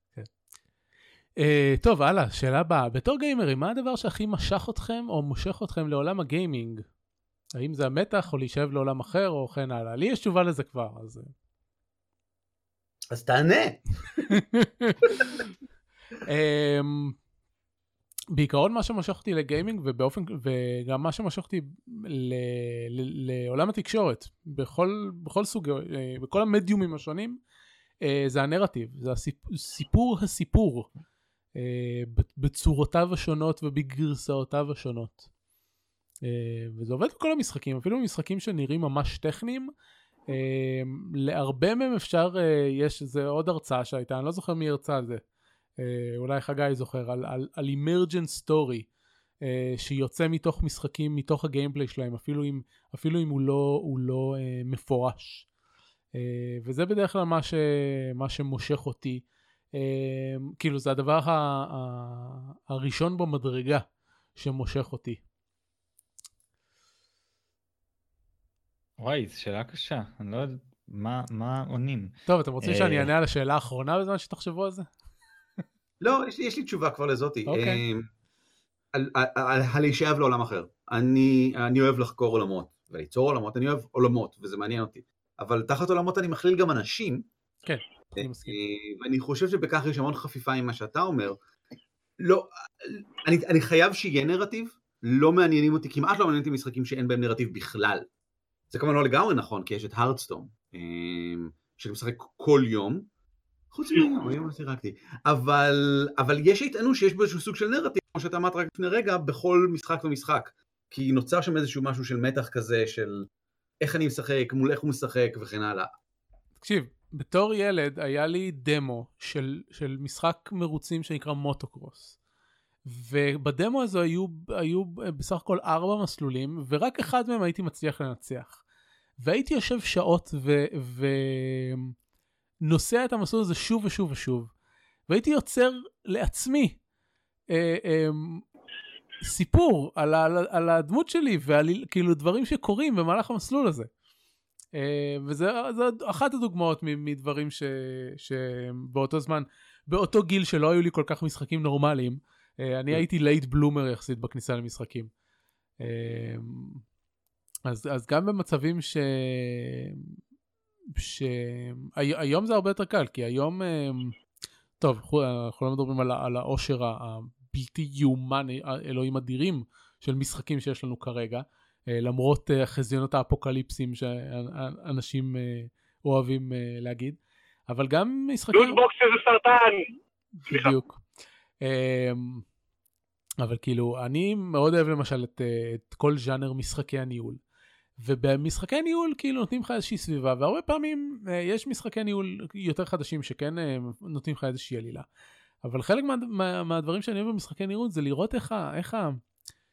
טוב, הלאה, שאלה הבאה. בתור גיימרים, מה הדבר שהכי משך אתכם או מושך אתכם לעולם הגיימינג? האם זה המתח או להישאב לעולם אחר או כן הלאה? לי יש תשובה לזה כבר, אז... אז תענה. בעיקרון מה שמושך אותי לגיימינג ובאופן, וגם מה שמושך אותי לעולם התקשורת, בכל, בכל סוג, בכל המדיומים השונים, זה הנרטיב, זה הסיפור הסיפור, בצורותיו השונות ובגרסאותיו השונות. וזה עובד בכל המשחקים, אפילו במשחקים שנראים ממש טכניים, להרבה מהם אפשר, יש איזה עוד הרצאה שהייתה, אני לא זוכר מי הרצאה על זה, אולי חגי זוכר, על, על, על emergent story, שיוצא מתוך משחקים, מתוך הגיימפליי שלהם, אפילו אם, אפילו אם הוא לא, הוא לא מפורש. וזה בדרך כלל מה, ש, מה שמושך אותי, כאילו זה הדבר ה, ה, הראשון במדרגה שמושך אותי. וואי, זו שאלה קשה, אני לא יודע מה, מה עונים. טוב, אתם רוצים שאני אענה על השאלה האחרונה בזמן שתחשבו על זה? לא, יש לי, יש לי תשובה כבר לזאתי. אוקיי. על, על, על, על להישאב לעולם אחר. אני, אני אוהב לחקור עולמות, וליצור עולמות, אני אוהב עולמות, וזה מעניין אותי. אבל תחת עולמות אני מכליל גם אנשים. כן, אני מסכים. ואני חושב שבכך יש המון חפיפה עם מה שאתה אומר. לא, אני, אני חייב שיהיה נרטיב, לא מעניינים אותי, כמעט לא מעניינים אותי משחקים שאין בהם נרטיב בכלל. זה כמובן לא לגמרי נכון, כי יש את הרדסטון, שאני משחק כל יום, חוץ מהיום, היום לא שיחקתי, אבל, אבל יש איתנו שיש בו איזשהו סוג של נרטיב, כמו שאתה אמרת רק לפני רגע, בכל משחק ומשחק, כי נוצר שם איזשהו משהו של מתח כזה, של איך אני משחק, מול איך הוא משחק וכן הלאה. תקשיב, בתור ילד היה לי דמו של, של משחק מרוצים שנקרא מוטוקרוס, ובדמו הזו היו, היו בסך הכל ארבע מסלולים, ורק אחד מהם הייתי מצליח לנצח. והייתי יושב שעות ו... ו... נוסע את המסלול הזה שוב ושוב ושוב. והייתי יוצר לעצמי אה, אה, סיפור על, על, על הדמות שלי, ועל כאילו דברים שקורים במהלך המסלול הזה. אה, וזה אחת הדוגמאות מדברים ש, שבאותו זמן, באותו גיל שלא היו לי כל כך משחקים נורמליים, אני הייתי לייט בלומר יחסית בכניסה למשחקים. אז, אז גם במצבים ש... שהיום זה הרבה יותר קל, כי היום, טוב, אנחנו לא מדברים על, על העושר הבלתי יאומן, אלוהים אדירים של משחקים שיש לנו כרגע, למרות חזיונות האפוקליפסים שאנשים אוהבים להגיד, אבל גם משחקים... לוטבוקס זה סרטן! בדיוק. אבל כאילו, אני מאוד אוהב למשל את, את כל ז'אנר משחקי הניהול. ובמשחקי ניהול כאילו נותנים לך איזושהי סביבה, והרבה פעמים יש משחקי ניהול יותר חדשים שכן נותנים לך איזושהי עלילה. אבל חלק מה, מה, מהדברים שאני אוהב במשחקי ניהול זה לראות איך, איך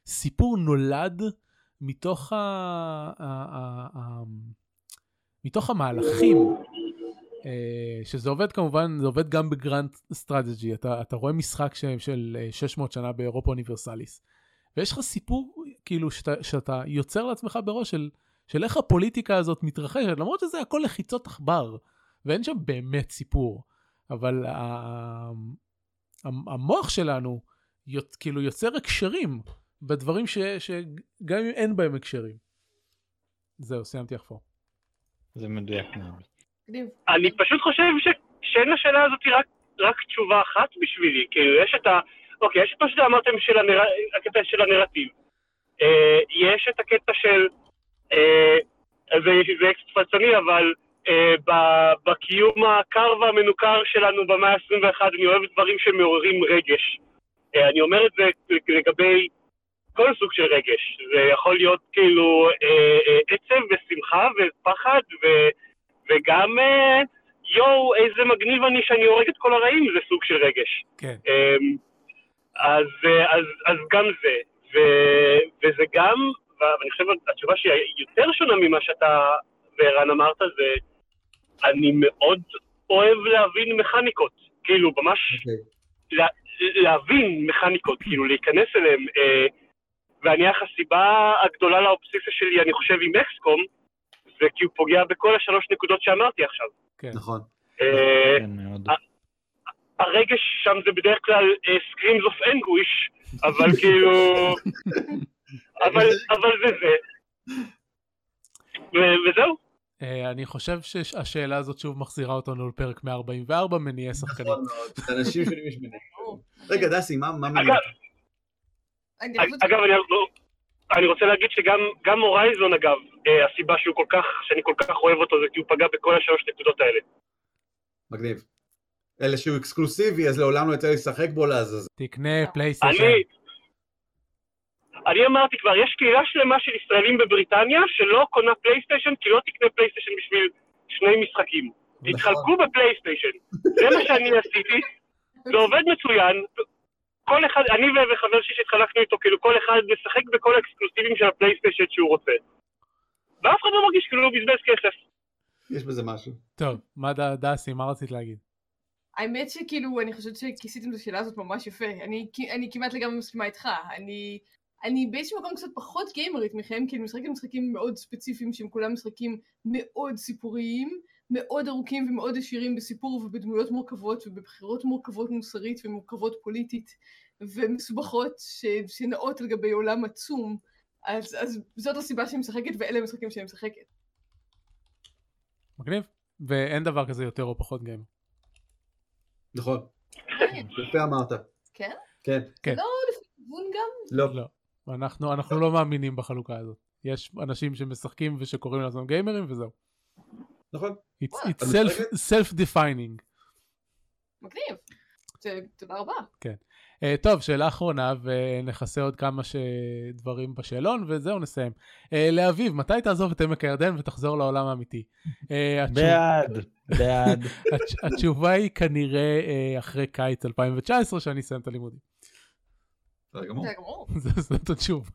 סיפור נולד מתוך ה... ה... ה... ה... מתוך המהלכים, שזה עובד כמובן, זה עובד גם בגרנד סטרטג'י, אתה, אתה רואה משחק ש... של שש מאות שנה באירופה אוניברסליס, ויש לך סיפור כאילו שאתה, שאתה יוצר לעצמך בראש של, של איך הפוליטיקה הזאת מתרחשת, למרות שזה הכל לחיצות עכבר, ואין שם באמת סיפור, אבל ה... המוח שלנו יוצ... כאילו יוצר הקשרים בדברים ש... שגם אם אין בהם הקשרים. זהו, סיימתי אחפור. זה מדויק מאוד. אני פשוט חושב ש... שאין לשאלה הזאת רק, רק תשובה אחת בשבילי, כאילו יש את ה... אוקיי, יש את מה שאמרתם של הנר... הקטע של הנרטיב. אה, יש את הקטע של... אה, זה, זה אקסט פצני, אבל אה, בקיום הקר והמנוכר שלנו במאה ה-עשרים ואחת, אני אוהב דברים שמעוררים רגש. אה, אני אומר את זה לגבי כל סוג של רגש. זה יכול להיות כאילו אה, אה, עצב ושמחה ופחד, ו, וגם אה, יואו, איזה מגניב אני שאני הורג את כל הרעים, זה סוג של רגש. כן. אה, אז, אז, אז גם זה, ו, וזה גם, ואני חושב התשובה שהיא יותר שונה ממה שאתה וערן אמרת, זה אני מאוד אוהב להבין מכניקות, כאילו ממש okay. לה, להבין מכניקות, כאילו להיכנס אליהם, אה, ואני הסיבה הגדולה לאובססיה שלי, אני חושב עם אקסקום, זה כי הוא פוגע בכל השלוש נקודות שאמרתי עכשיו. כן. נכון. אה, כן, מאוד. הרגש שם זה בדרך כלל uh, screams of anguish, אבל כאילו, אבל, אבל זה זה. ו- וזהו. Uh, אני חושב שהשאלה הזאת שוב מחזירה אותנו לפרק מאה ארבעים וארבע, מניעי שחקנים. נכון מאוד, אנשים שונים יש ביניהם. רגע, דסי, מה מה מניע? אגב, אני, אני רוצה להגיד שגם הורייזון, אגב, uh, הסיבה שהוא כל כך, שאני כל כך אוהב אותו, זה כי הוא פגע בכל השלוש נקודות האלה. מגניב. אלה שהוא אקסקלוסיבי, אז לעולם לא יצא לשחק בו לעזאזל. תקנה פלייסטיישן. אני, אני אמרתי כבר, יש קהילה שלמה של ישראלים בבריטניה שלא קונה פלייסטיישן, כי לא תקנה פלייסטיישן בשביל שני משחקים. תתחלקו בפלייסטיישן. זה מה שאני עשיתי. זה עובד מצוין. כל אחד, אני וחבר שלי שהתחלקנו איתו, כאילו כל אחד משחק בכל האקסקלוסיבים של הפלייסטיישן שהוא רוצה. ואף אחד לא מרגיש כאילו הוא בזבז כסף. יש בזה משהו. טוב, מה דסי, מה רצית להגיד? האמת שכאילו, אני חושבת שכיסיתם את השאלה הזאת ממש יפה. אני, אני כמעט לגמרי מסכימה איתך. אני, אני באיזשהו מקום קצת פחות גיימרית מכם, כי אני משחקת משחקים מאוד ספציפיים, שהם כולם משחקים מאוד סיפוריים, מאוד ארוכים ומאוד עשירים בסיפור ובדמויות מורכבות, ובבחירות מורכבות מוסרית ומורכבות פוליטית, ומסובכות ש, שנעות על גבי עולם עצום. אז, אז זאת הסיבה שאני משחקת, ואלה המשחקים שאני משחקת. מגניב. ואין דבר כזה יותר או פחות גיימר. נכון. יפה אמרת. כן? כן. כן. לא לפי כיוון גם? לא. לא. אנחנו, אנחנו לא מאמינים בחלוקה הזאת. יש אנשים שמשחקים ושקוראים לעצמם גיימרים וזהו. נכון. It's, it's self, self-defining. מגניב. תודה רבה. כן. Uh, טוב, שאלה אחרונה, ונחסה עוד כמה דברים בשאלון, וזהו, נסיים. Uh, לאביב, מתי תעזוב את עמק הירדן ותחזור לעולם האמיתי? Uh, בעד, בעד. התשובה היא כנראה uh, אחרי קיץ אלפיים תשע עשרה, שאני אסיים את הלימודים. זה גמור. זאת התשובה.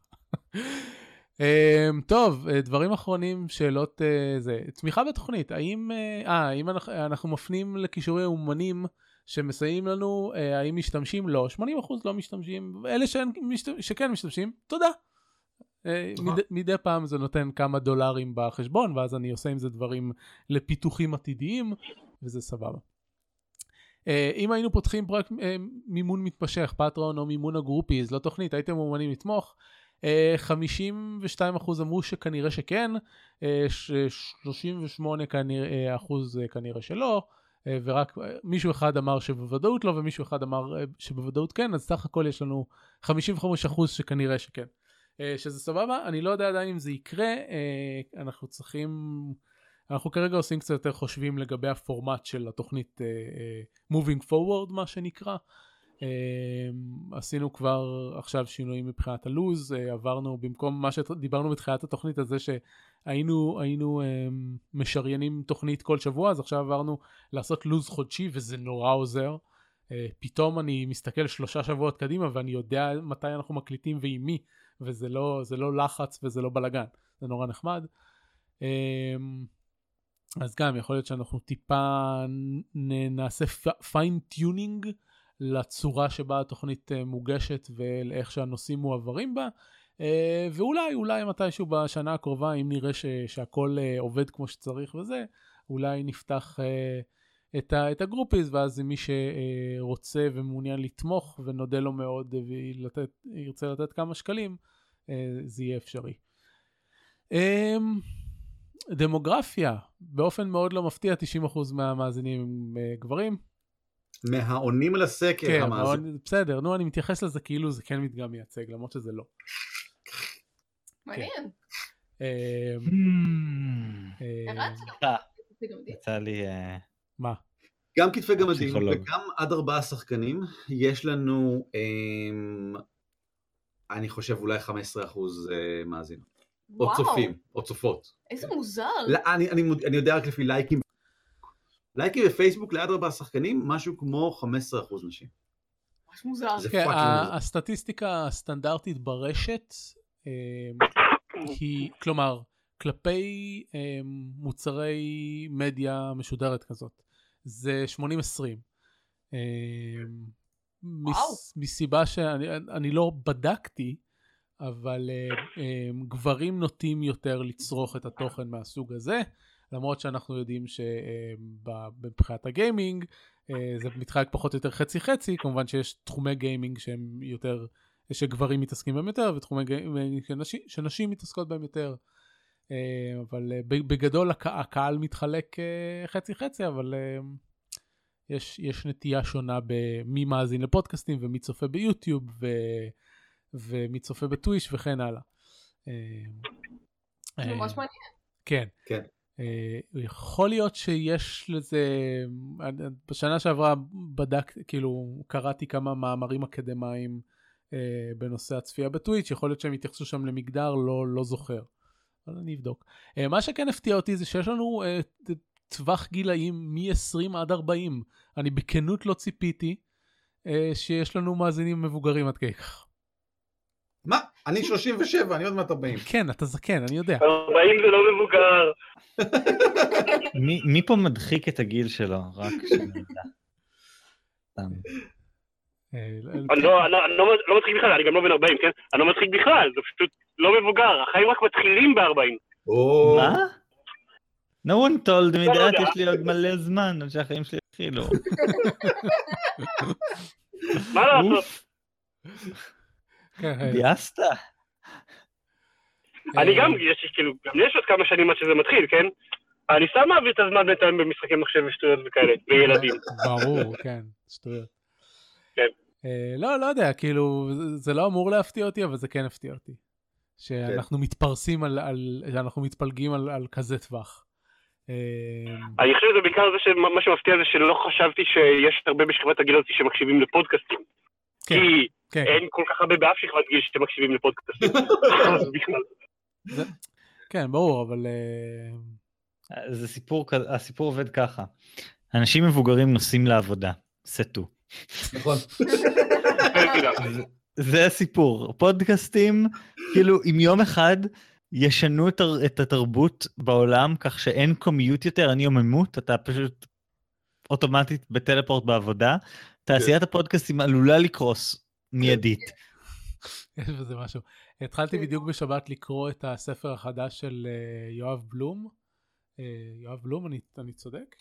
Um, טוב, דברים אחרונים, שאלות, uh, זה, תמיכה בתוכנית, האם, uh, האם אנחנו, אנחנו מפנים לכישורי אומנים, שמסייעים לנו, האם משתמשים? לא, שמונים אחוז לא משתמשים, אלה שכן משתמשים, תודה. מדי, מדי פעם זה נותן כמה דולרים בחשבון, ואז אני עושה עם זה דברים לפיתוחים עתידיים, וזה סבבה. אם היינו פותחים פרק מימון מתמשך, פטרון או מימון הגרופיז, לא תוכנית, הייתם מומנים לתמוך, חמישים ושתיים אחוז אמרו שכנראה שכן, שלושים ושמונה אחוז כנראה שלא, ורק מישהו אחד אמר שבוודאות לא, ומישהו אחד אמר שבוודאות כן, אז סך הכל יש לנו חמישים וחמישה אחוז שכנראה שכן. שזה סבבה, אני לא יודע עדיין אם זה יקרה, אנחנו צריכים, אנחנו כרגע עושים קצת יותר חושבים לגבי הפורמט של התוכנית Moving Forward, מה שנקרא. עשינו כבר עכשיו שינויים מבחינת הלוז, עברנו במקום מה שדיברנו בתחילת התוכנית הזה שהיינו היינו משריינים תוכנית כל שבוע, אז עכשיו עברנו לעשות לוז חודשי וזה נורא עוזר. פתאום אני מסתכל שלושה שבועות קדימה ואני יודע מתי אנחנו מקליטים ועם מי, וזה לא, זה לא לחץ וזה לא בלגן, זה נורא נחמד. אז גם יכול להיות שאנחנו טיפה נעשה פיין-טיונינג לצורה שבה התוכנית מוגשת ולאיך שהנושאים מועברים בה, ואולי, אולי מתישהו בשנה הקרובה, אם נראה ש, שהכל עובד כמו שצריך וזה, אולי נפתח את, ה, את הגרופיז, ואז מי שרוצה ומעוניין לתמוך ונודה לו מאוד וירצה לתת כמה שקלים, זה יהיה אפשרי. דמוגרפיה, באופן מאוד לא מפתיע, תשעים אחוז מהמאזינים הם גברים. מהעונים לסקר כן, המאזינים. בסדר, נו, אני מתייחס לזה כאילו זה כן מדגם מייצג, למרות שזה לא. מעניין. יצא לי... מה? גם כתפי גמדים וגם עד ארבעה שחקנים, יש לנו, אני חושב אולי חמישה עשר אחוז מאזינות. או צופים, או צופות. איזה מוזר. אני יודע רק לפי לייקים. לייקים בפייסבוק ליד ארבעה שחקנים, משהו כמו חמישה עשר אחוז נשים. ממש מוזר. הסטטיסטיקה הסטנדרטית ברשת, היא, כלומר, כלפי מוצרי מדיה משודרת כזאת, זה שמונים עשרים. מסיבה שאני לא בדקתי, אבל גברים נוטים יותר לצרוך את התוכן מהסוג הזה, למרות שאנחנו יודעים שבבחינת הגיימינג זה מתחלק פחות או יותר חצי חצי, כמובן שיש תחומי גיימינג שהם יותר, שגברים מתעסקים בהם יותר, ותחומי גיימינג שנשים, שנשים מתעסקות בהם יותר, אבל בגדול הקהל מתחלק חצי חצי, אבל יש, יש נטייה שונה במי מאזין לפודקאסטים ומי צופה ביוטיוב ו... ומי צופה בטוויש וכן הלאה. זה ממש מעניין. כן. כן. יכול להיות שיש לזה, בשנה שעברה בדק, כאילו קראתי כמה מאמרים אקדמיים בנושא הצפייה בטוויץ', יכול להיות שהם התייחסו שם למגדר, לא, לא זוכר. אבל אני אבדוק. מה שכן הפתיע אותי זה שיש לנו טווח גילאים מ-עשרים עד ארבעים. אני בכנות לא ציפיתי שיש לנו מאזינים מבוגרים עד כך. מה? אני שלושים ושבע, אני עוד מעט ארבעים. כן, אתה זקן, אני יודע. ארבעים זה לא מבוגר. מי פה מדחיק את הגיל שלו? רק שנדע. אני לא מדחיק בכלל, אני גם לא בן ארבעים, כן? אני לא מדחיק בכלל, זה פשוט לא מבוגר. החיים רק מתחילים ב-ארבעים. מה? No one told me that, יש לי עוד מלא זמן עד שהחיים שלי התחילו. מה לעשות? ביאסת? אני גם, יש כאילו, גם יש עוד כמה שנים עד שזה מתחיל, כן? אני סתם מעביר את הזמן בינתיים במשחקי מחשב ושטויות וכאלה, וילדים. ברור, כן, שטויות. כן. לא, לא יודע, כאילו, זה לא אמור להפתיע אותי, אבל זה כן הפתיע אותי. שאנחנו מתפרסים על, שאנחנו מתפלגים על כזה טווח. אני חושב שזה בעיקר זה שמה שמפתיע זה שלא חשבתי שיש הרבה בשכבת הגיל הזאת שמקשיבים לפודקאסטים. כי אין כל כך הרבה באף שכבת גיל שמקשיבים לפודקאסטים. כן, ברור, אבל... זה סיפור, הסיפור עובד ככה. אנשים מבוגרים נוסעים לעבודה. סטו. נכון. זה הסיפור. פודקאסטים, כאילו, אם יום אחד ישנו את התרבות בעולם, כך שאין קומיוט יותר, אני יוממות, אתה פשוט אוטומטית בטלפורט בעבודה, תעשיית הפודקאסטים עלולה לקרוס מיידית. יש בזה משהו. התחלתי בדיוק בשבת לקרוא את הספר החדש של יואב בלום. יואב בלום, אני צודק?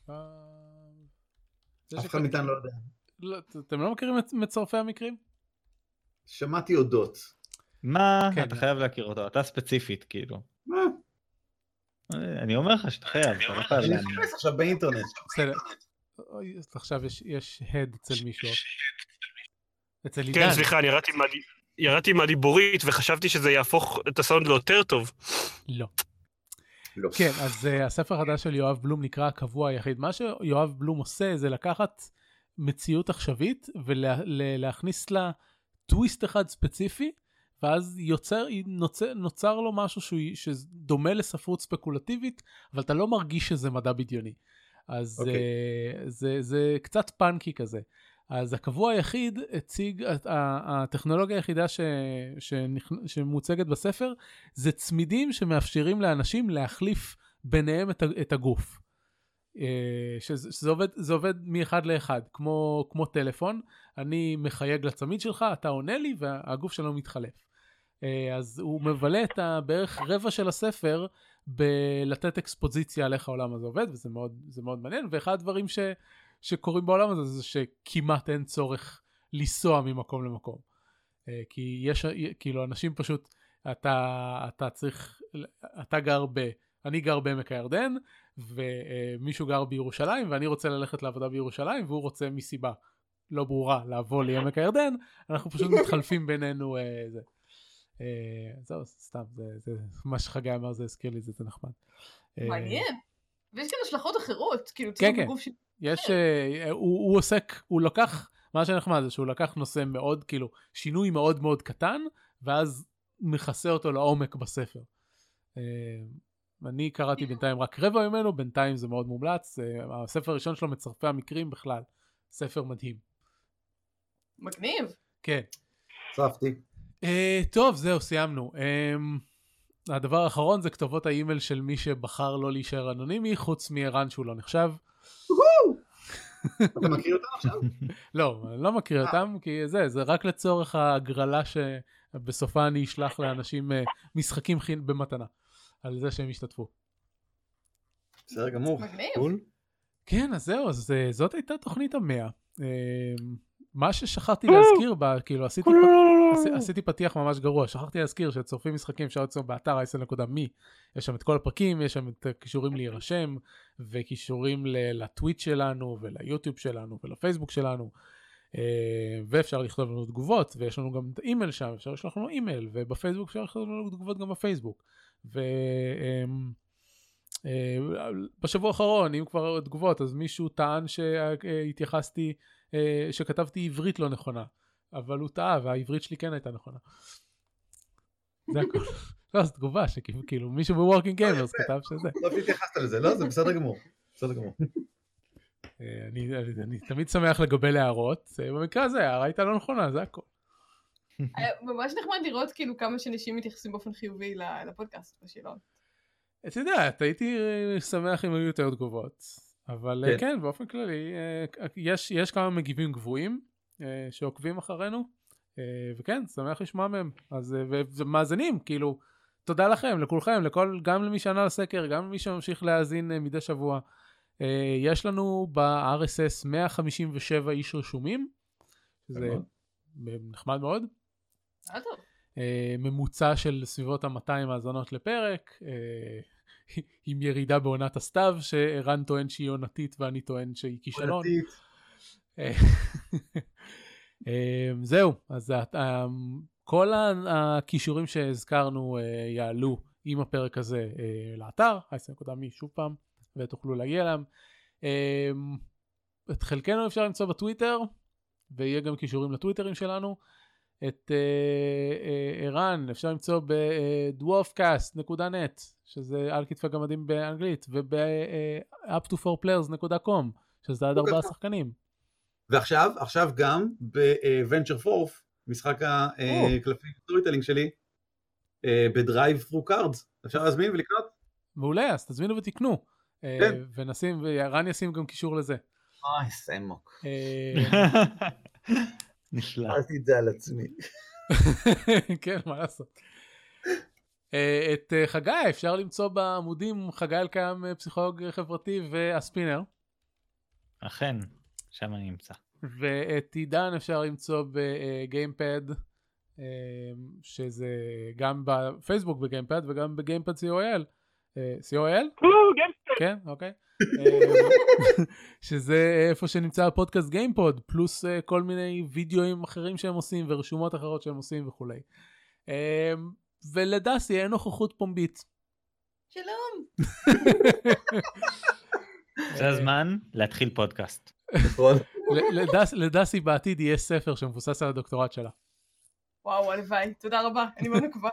אף אחד מאיתנו לא יודע. אתם לא מכירים את מצרפי המקרים? שמעתי אודות. מה? אתה חייב להכיר אותו, אתה ספציפית, כאילו. מה? אני אומר לך שאתה חייב. אני מחפש עכשיו באינטרנט. בסדר. עכשיו יש הד אצל מישהו. אצל עידן. כן, סליחה, אני ירדתי מהדיבורית וחשבתי שזה יהפוך את הסאונד ליותר טוב. לא. כן, אז הספר החדש של יואב בלום נקרא הקבוע היחיד. מה שיואב בלום עושה זה לקחת מציאות עכשווית ולהכניס לה טוויסט אחד ספציפי, ואז יוצר, נוצר, נוצר לו משהו שהוא, שדומה לספרות ספקולטיבית, אבל אתה לא מרגיש שזה מדע בדיוני. אז okay. זה, זה, זה קצת פאנקי כזה. אז הקבוע היחיד הציג, הטכנולוגיה היחידה ש, שנכ, שמוצגת בספר, זה צמידים שמאפשרים לאנשים להחליף ביניהם את, את הגוף. שזה, שזה עובד, זה עובד מאחד לאחד, כמו, כמו טלפון, אני מחייג לצמיד שלך, אתה עונה לי והגוף שלנו מתחלף. אז הוא מבלה את בערך רבע של הספר בלתת אקספוזיציה על איך העולם הזה עובד, וזה מאוד, זה מאוד מעניין, ואחד הדברים ש, שקורים בעולם הזה זה שכמעט אין צורך לנסוע ממקום למקום. כי יש, כאילו אנשים פשוט, אתה, אתה צריך, אתה גר ב, אני גר בעמק הירדן, ומישהו גר בירושלים, ואני רוצה ללכת לעבודה בירושלים, והוא רוצה מסיבה לא ברורה לעבור לעמק הירדן, אנחנו פשוט מתחלפים בינינו זה. זהו, סתם, זה מה שחגי אמר, זה הזכיר לי, זה נחמד. מעניין. ויש כאן השלכות אחרות, כאילו, כן, כן. יש, הוא עוסק, הוא לקח, מה שנחמד זה שהוא לקח נושא מאוד, כאילו, שינוי מאוד מאוד קטן, ואז מכסה אותו לעומק בספר. אני קראתי בינתיים רק רבע ממנו, בינתיים זה מאוד מומלץ, הספר הראשון שלו מצרפי המקרים בכלל, ספר מדהים. מגניב. כן. צרפתי. טוב, זהו, סיימנו. הדבר האחרון זה כתובות האימייל של מי שבחר לא להישאר אנונימי, חוץ מערן שהוא לא נחשב. אתה מכיר אותם עכשיו? לא, אני לא מכיר אותם, כי זה, זה רק לצורך ההגרלה שבסופה אני אשלח לאנשים משחקים במתנה, על זה שהם השתתפו. בסדר גמור. מגניב. כן, אז זהו, אז זאת הייתה תוכנית המאה. מה ששכחתי להזכיר בה, כאילו עשיתי, פ... עשיתי פתיח ממש גרוע, שכחתי להזכיר שצורפים משחקים אפשר לצור באתר אייסל נקודה מי, יש שם את כל הפרקים, יש שם את קישורים להירשם, וקישורים לטוויט שלנו, וליוטיוב שלנו, ולפייסבוק שלנו, ואפשר לכתוב לנו תגובות, ויש לנו גם את האימייל שם, אפשר לשלוח לנו אימייל, ובפייסבוק אפשר לכתוב לנו תגובות גם בפייסבוק. ובשבוע האחרון, אם כבר תגובות, אז מישהו טען שהתייחסתי, שכתבתי עברית לא נכונה, אבל הוא טעה, והעברית שלי כן הייתה נכונה. זה הכל. לא, זו תגובה שכאילו מישהו בוורקינג גיימרס כתב שזה. לא התייחסת לזה, לא? זה בסדר גמור. בסדר גמור. אני תמיד שמח לגבי להערות, במקרה הזה הערה הייתה לא נכונה, זה הכל. ממש נחמד לראות כאילו כמה שאנשים מתייחסים באופן חיובי לפודקאסט בשאלון. אתה יודע, הייתי שמח אם היו יותר תגובות. אבל כן, כן באופן כללי, יש, יש כמה מגיבים גבוהים שעוקבים אחרינו, וכן, שמח לשמוע מהם. אז, ומאזינים, כאילו, תודה לכם, לכולכם, לכל, גם למי שענה לסקר, גם למי שממשיך להאזין מדי שבוע. יש לנו ב-אר אס אס מאה חמישים ושבע איש רשומים, שזה נחמד מאוד. ממוצע של סביבות ה-מאתיים האזנות לפרק, עם ירידה בעונת הסתיו, שערן טוען שהיא עונתית ואני טוען שהיא כישלון. זהו, אז כל הכישורים שהזכרנו יעלו עם הפרק הזה לאתר, אייסל נקודה מי שוב פעם, ותוכלו להגיע אליהם. את חלקנו אפשר למצוא בטוויטר, ויהיה גם כישורים לטוויטרים שלנו. את ערן אפשר למצוא ב-דוורפקאסט נקודה נט, שזה על כתפי גמדים באנגלית, וב-up to four players נקודה com, שזה עד ארבעה שחקנים. ועכשיו, עכשיו גם ב-Venture Fourth, משחק הקלפים סטוריטלינג שלי, בדרייב פרו קארדס, אפשר להזמין ולקנות? מעולה, אז תזמינו ותקנו, ונשים, וערן ישים גם קישור לזה. אוי, סמוק. נפלא. עשיתי את זה על עצמי. כן, מה לעשות. את חגי אפשר למצוא בעמודים חגי אלקיים פסיכולוג חברתי והספינר. אכן, שם אני נמצא. ואת עידן אפשר למצוא בגיימפד, שזה גם בפייסבוק בגיימפד וגם בגיימפד סי או אל. סי או אל? כן, אוקיי. שזה איפה שנמצא הפודקאסט גיימפוד, פלוס כל מיני וידאוים אחרים שהם עושים ורשומות אחרות שהם עושים וכולי. ולדסי אין נוכחות פומבית. שלום. זה הזמן להתחיל פודקאסט. לדסי בעתיד יהיה ספר שמבוסס על הדוקטורט שלה. וואו, הלוואי, תודה רבה, אני מאוד מקווה.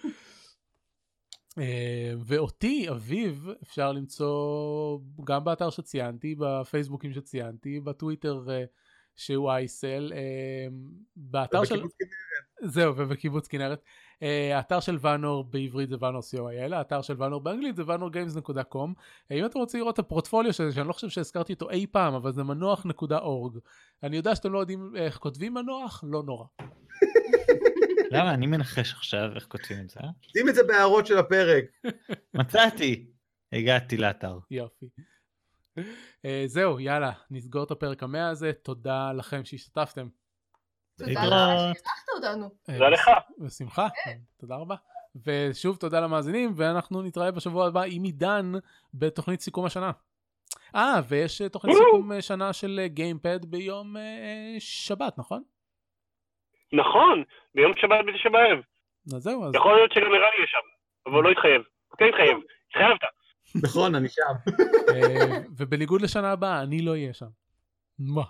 ואותי, אביב, אפשר למצוא גם באתר שציינתי, בפייסבוקים שציינתי, בטוויטר שהוא אייסל, באתר של... זהו, ובקיבוץ כנרת. האתר של ואנור בעברית זה ואנור סי או איי אל, האתר של ואנור באנגלית זה ואנור גיימס נקודה קום. אם אתם רוצים לראות את הפורטפוליו שלי, שאני לא חושב שהזכרתי אותו אי פעם, אבל זה מנוח נקודה אורג. אני יודע שאתם לא יודעים איך כותבים מנוח, לא נורא. למה? אני מנחש עכשיו איך כותבים את זה. שים את זה בהערות של הפרק. מצאתי. הגעתי לאתר. יופי. זהו, יאללה, נסגור את הפרק המאה הזה. תודה לכם שהשתתפתם. תודה לך שהצלחת אותנו. תודה לך. בשמחה, תודה רבה. ושוב תודה למאזינים, ואנחנו נתראה בשבוע הבא עם עידן בתוכנית סיכום השנה. אה, ויש תוכנית סיכום שנה של גיימפד ביום שבת, נכון? נכון, ביום שבת בתשע בערב. אז זהו, אז... יכול להיות שגם נראה לי שם, אבל לא התחייב. כן, התחייב. התחייבת. נכון, אני שם. ובניגוד לשנה הבאה, אני לא אהיה שם. מה?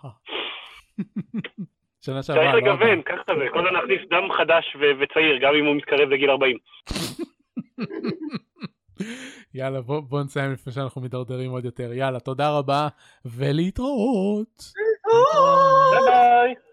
שנה שעברה, צריך לגוון, ככה זה, כל הזמן נכניס דם חדש וצעיר, גם אם הוא מתקרב לגיל ארבעים. יאללה, בוא נסיים לפני שאנחנו מדרדרים עוד יותר. יאללה, תודה רבה, ולהתראות. ביי ביי.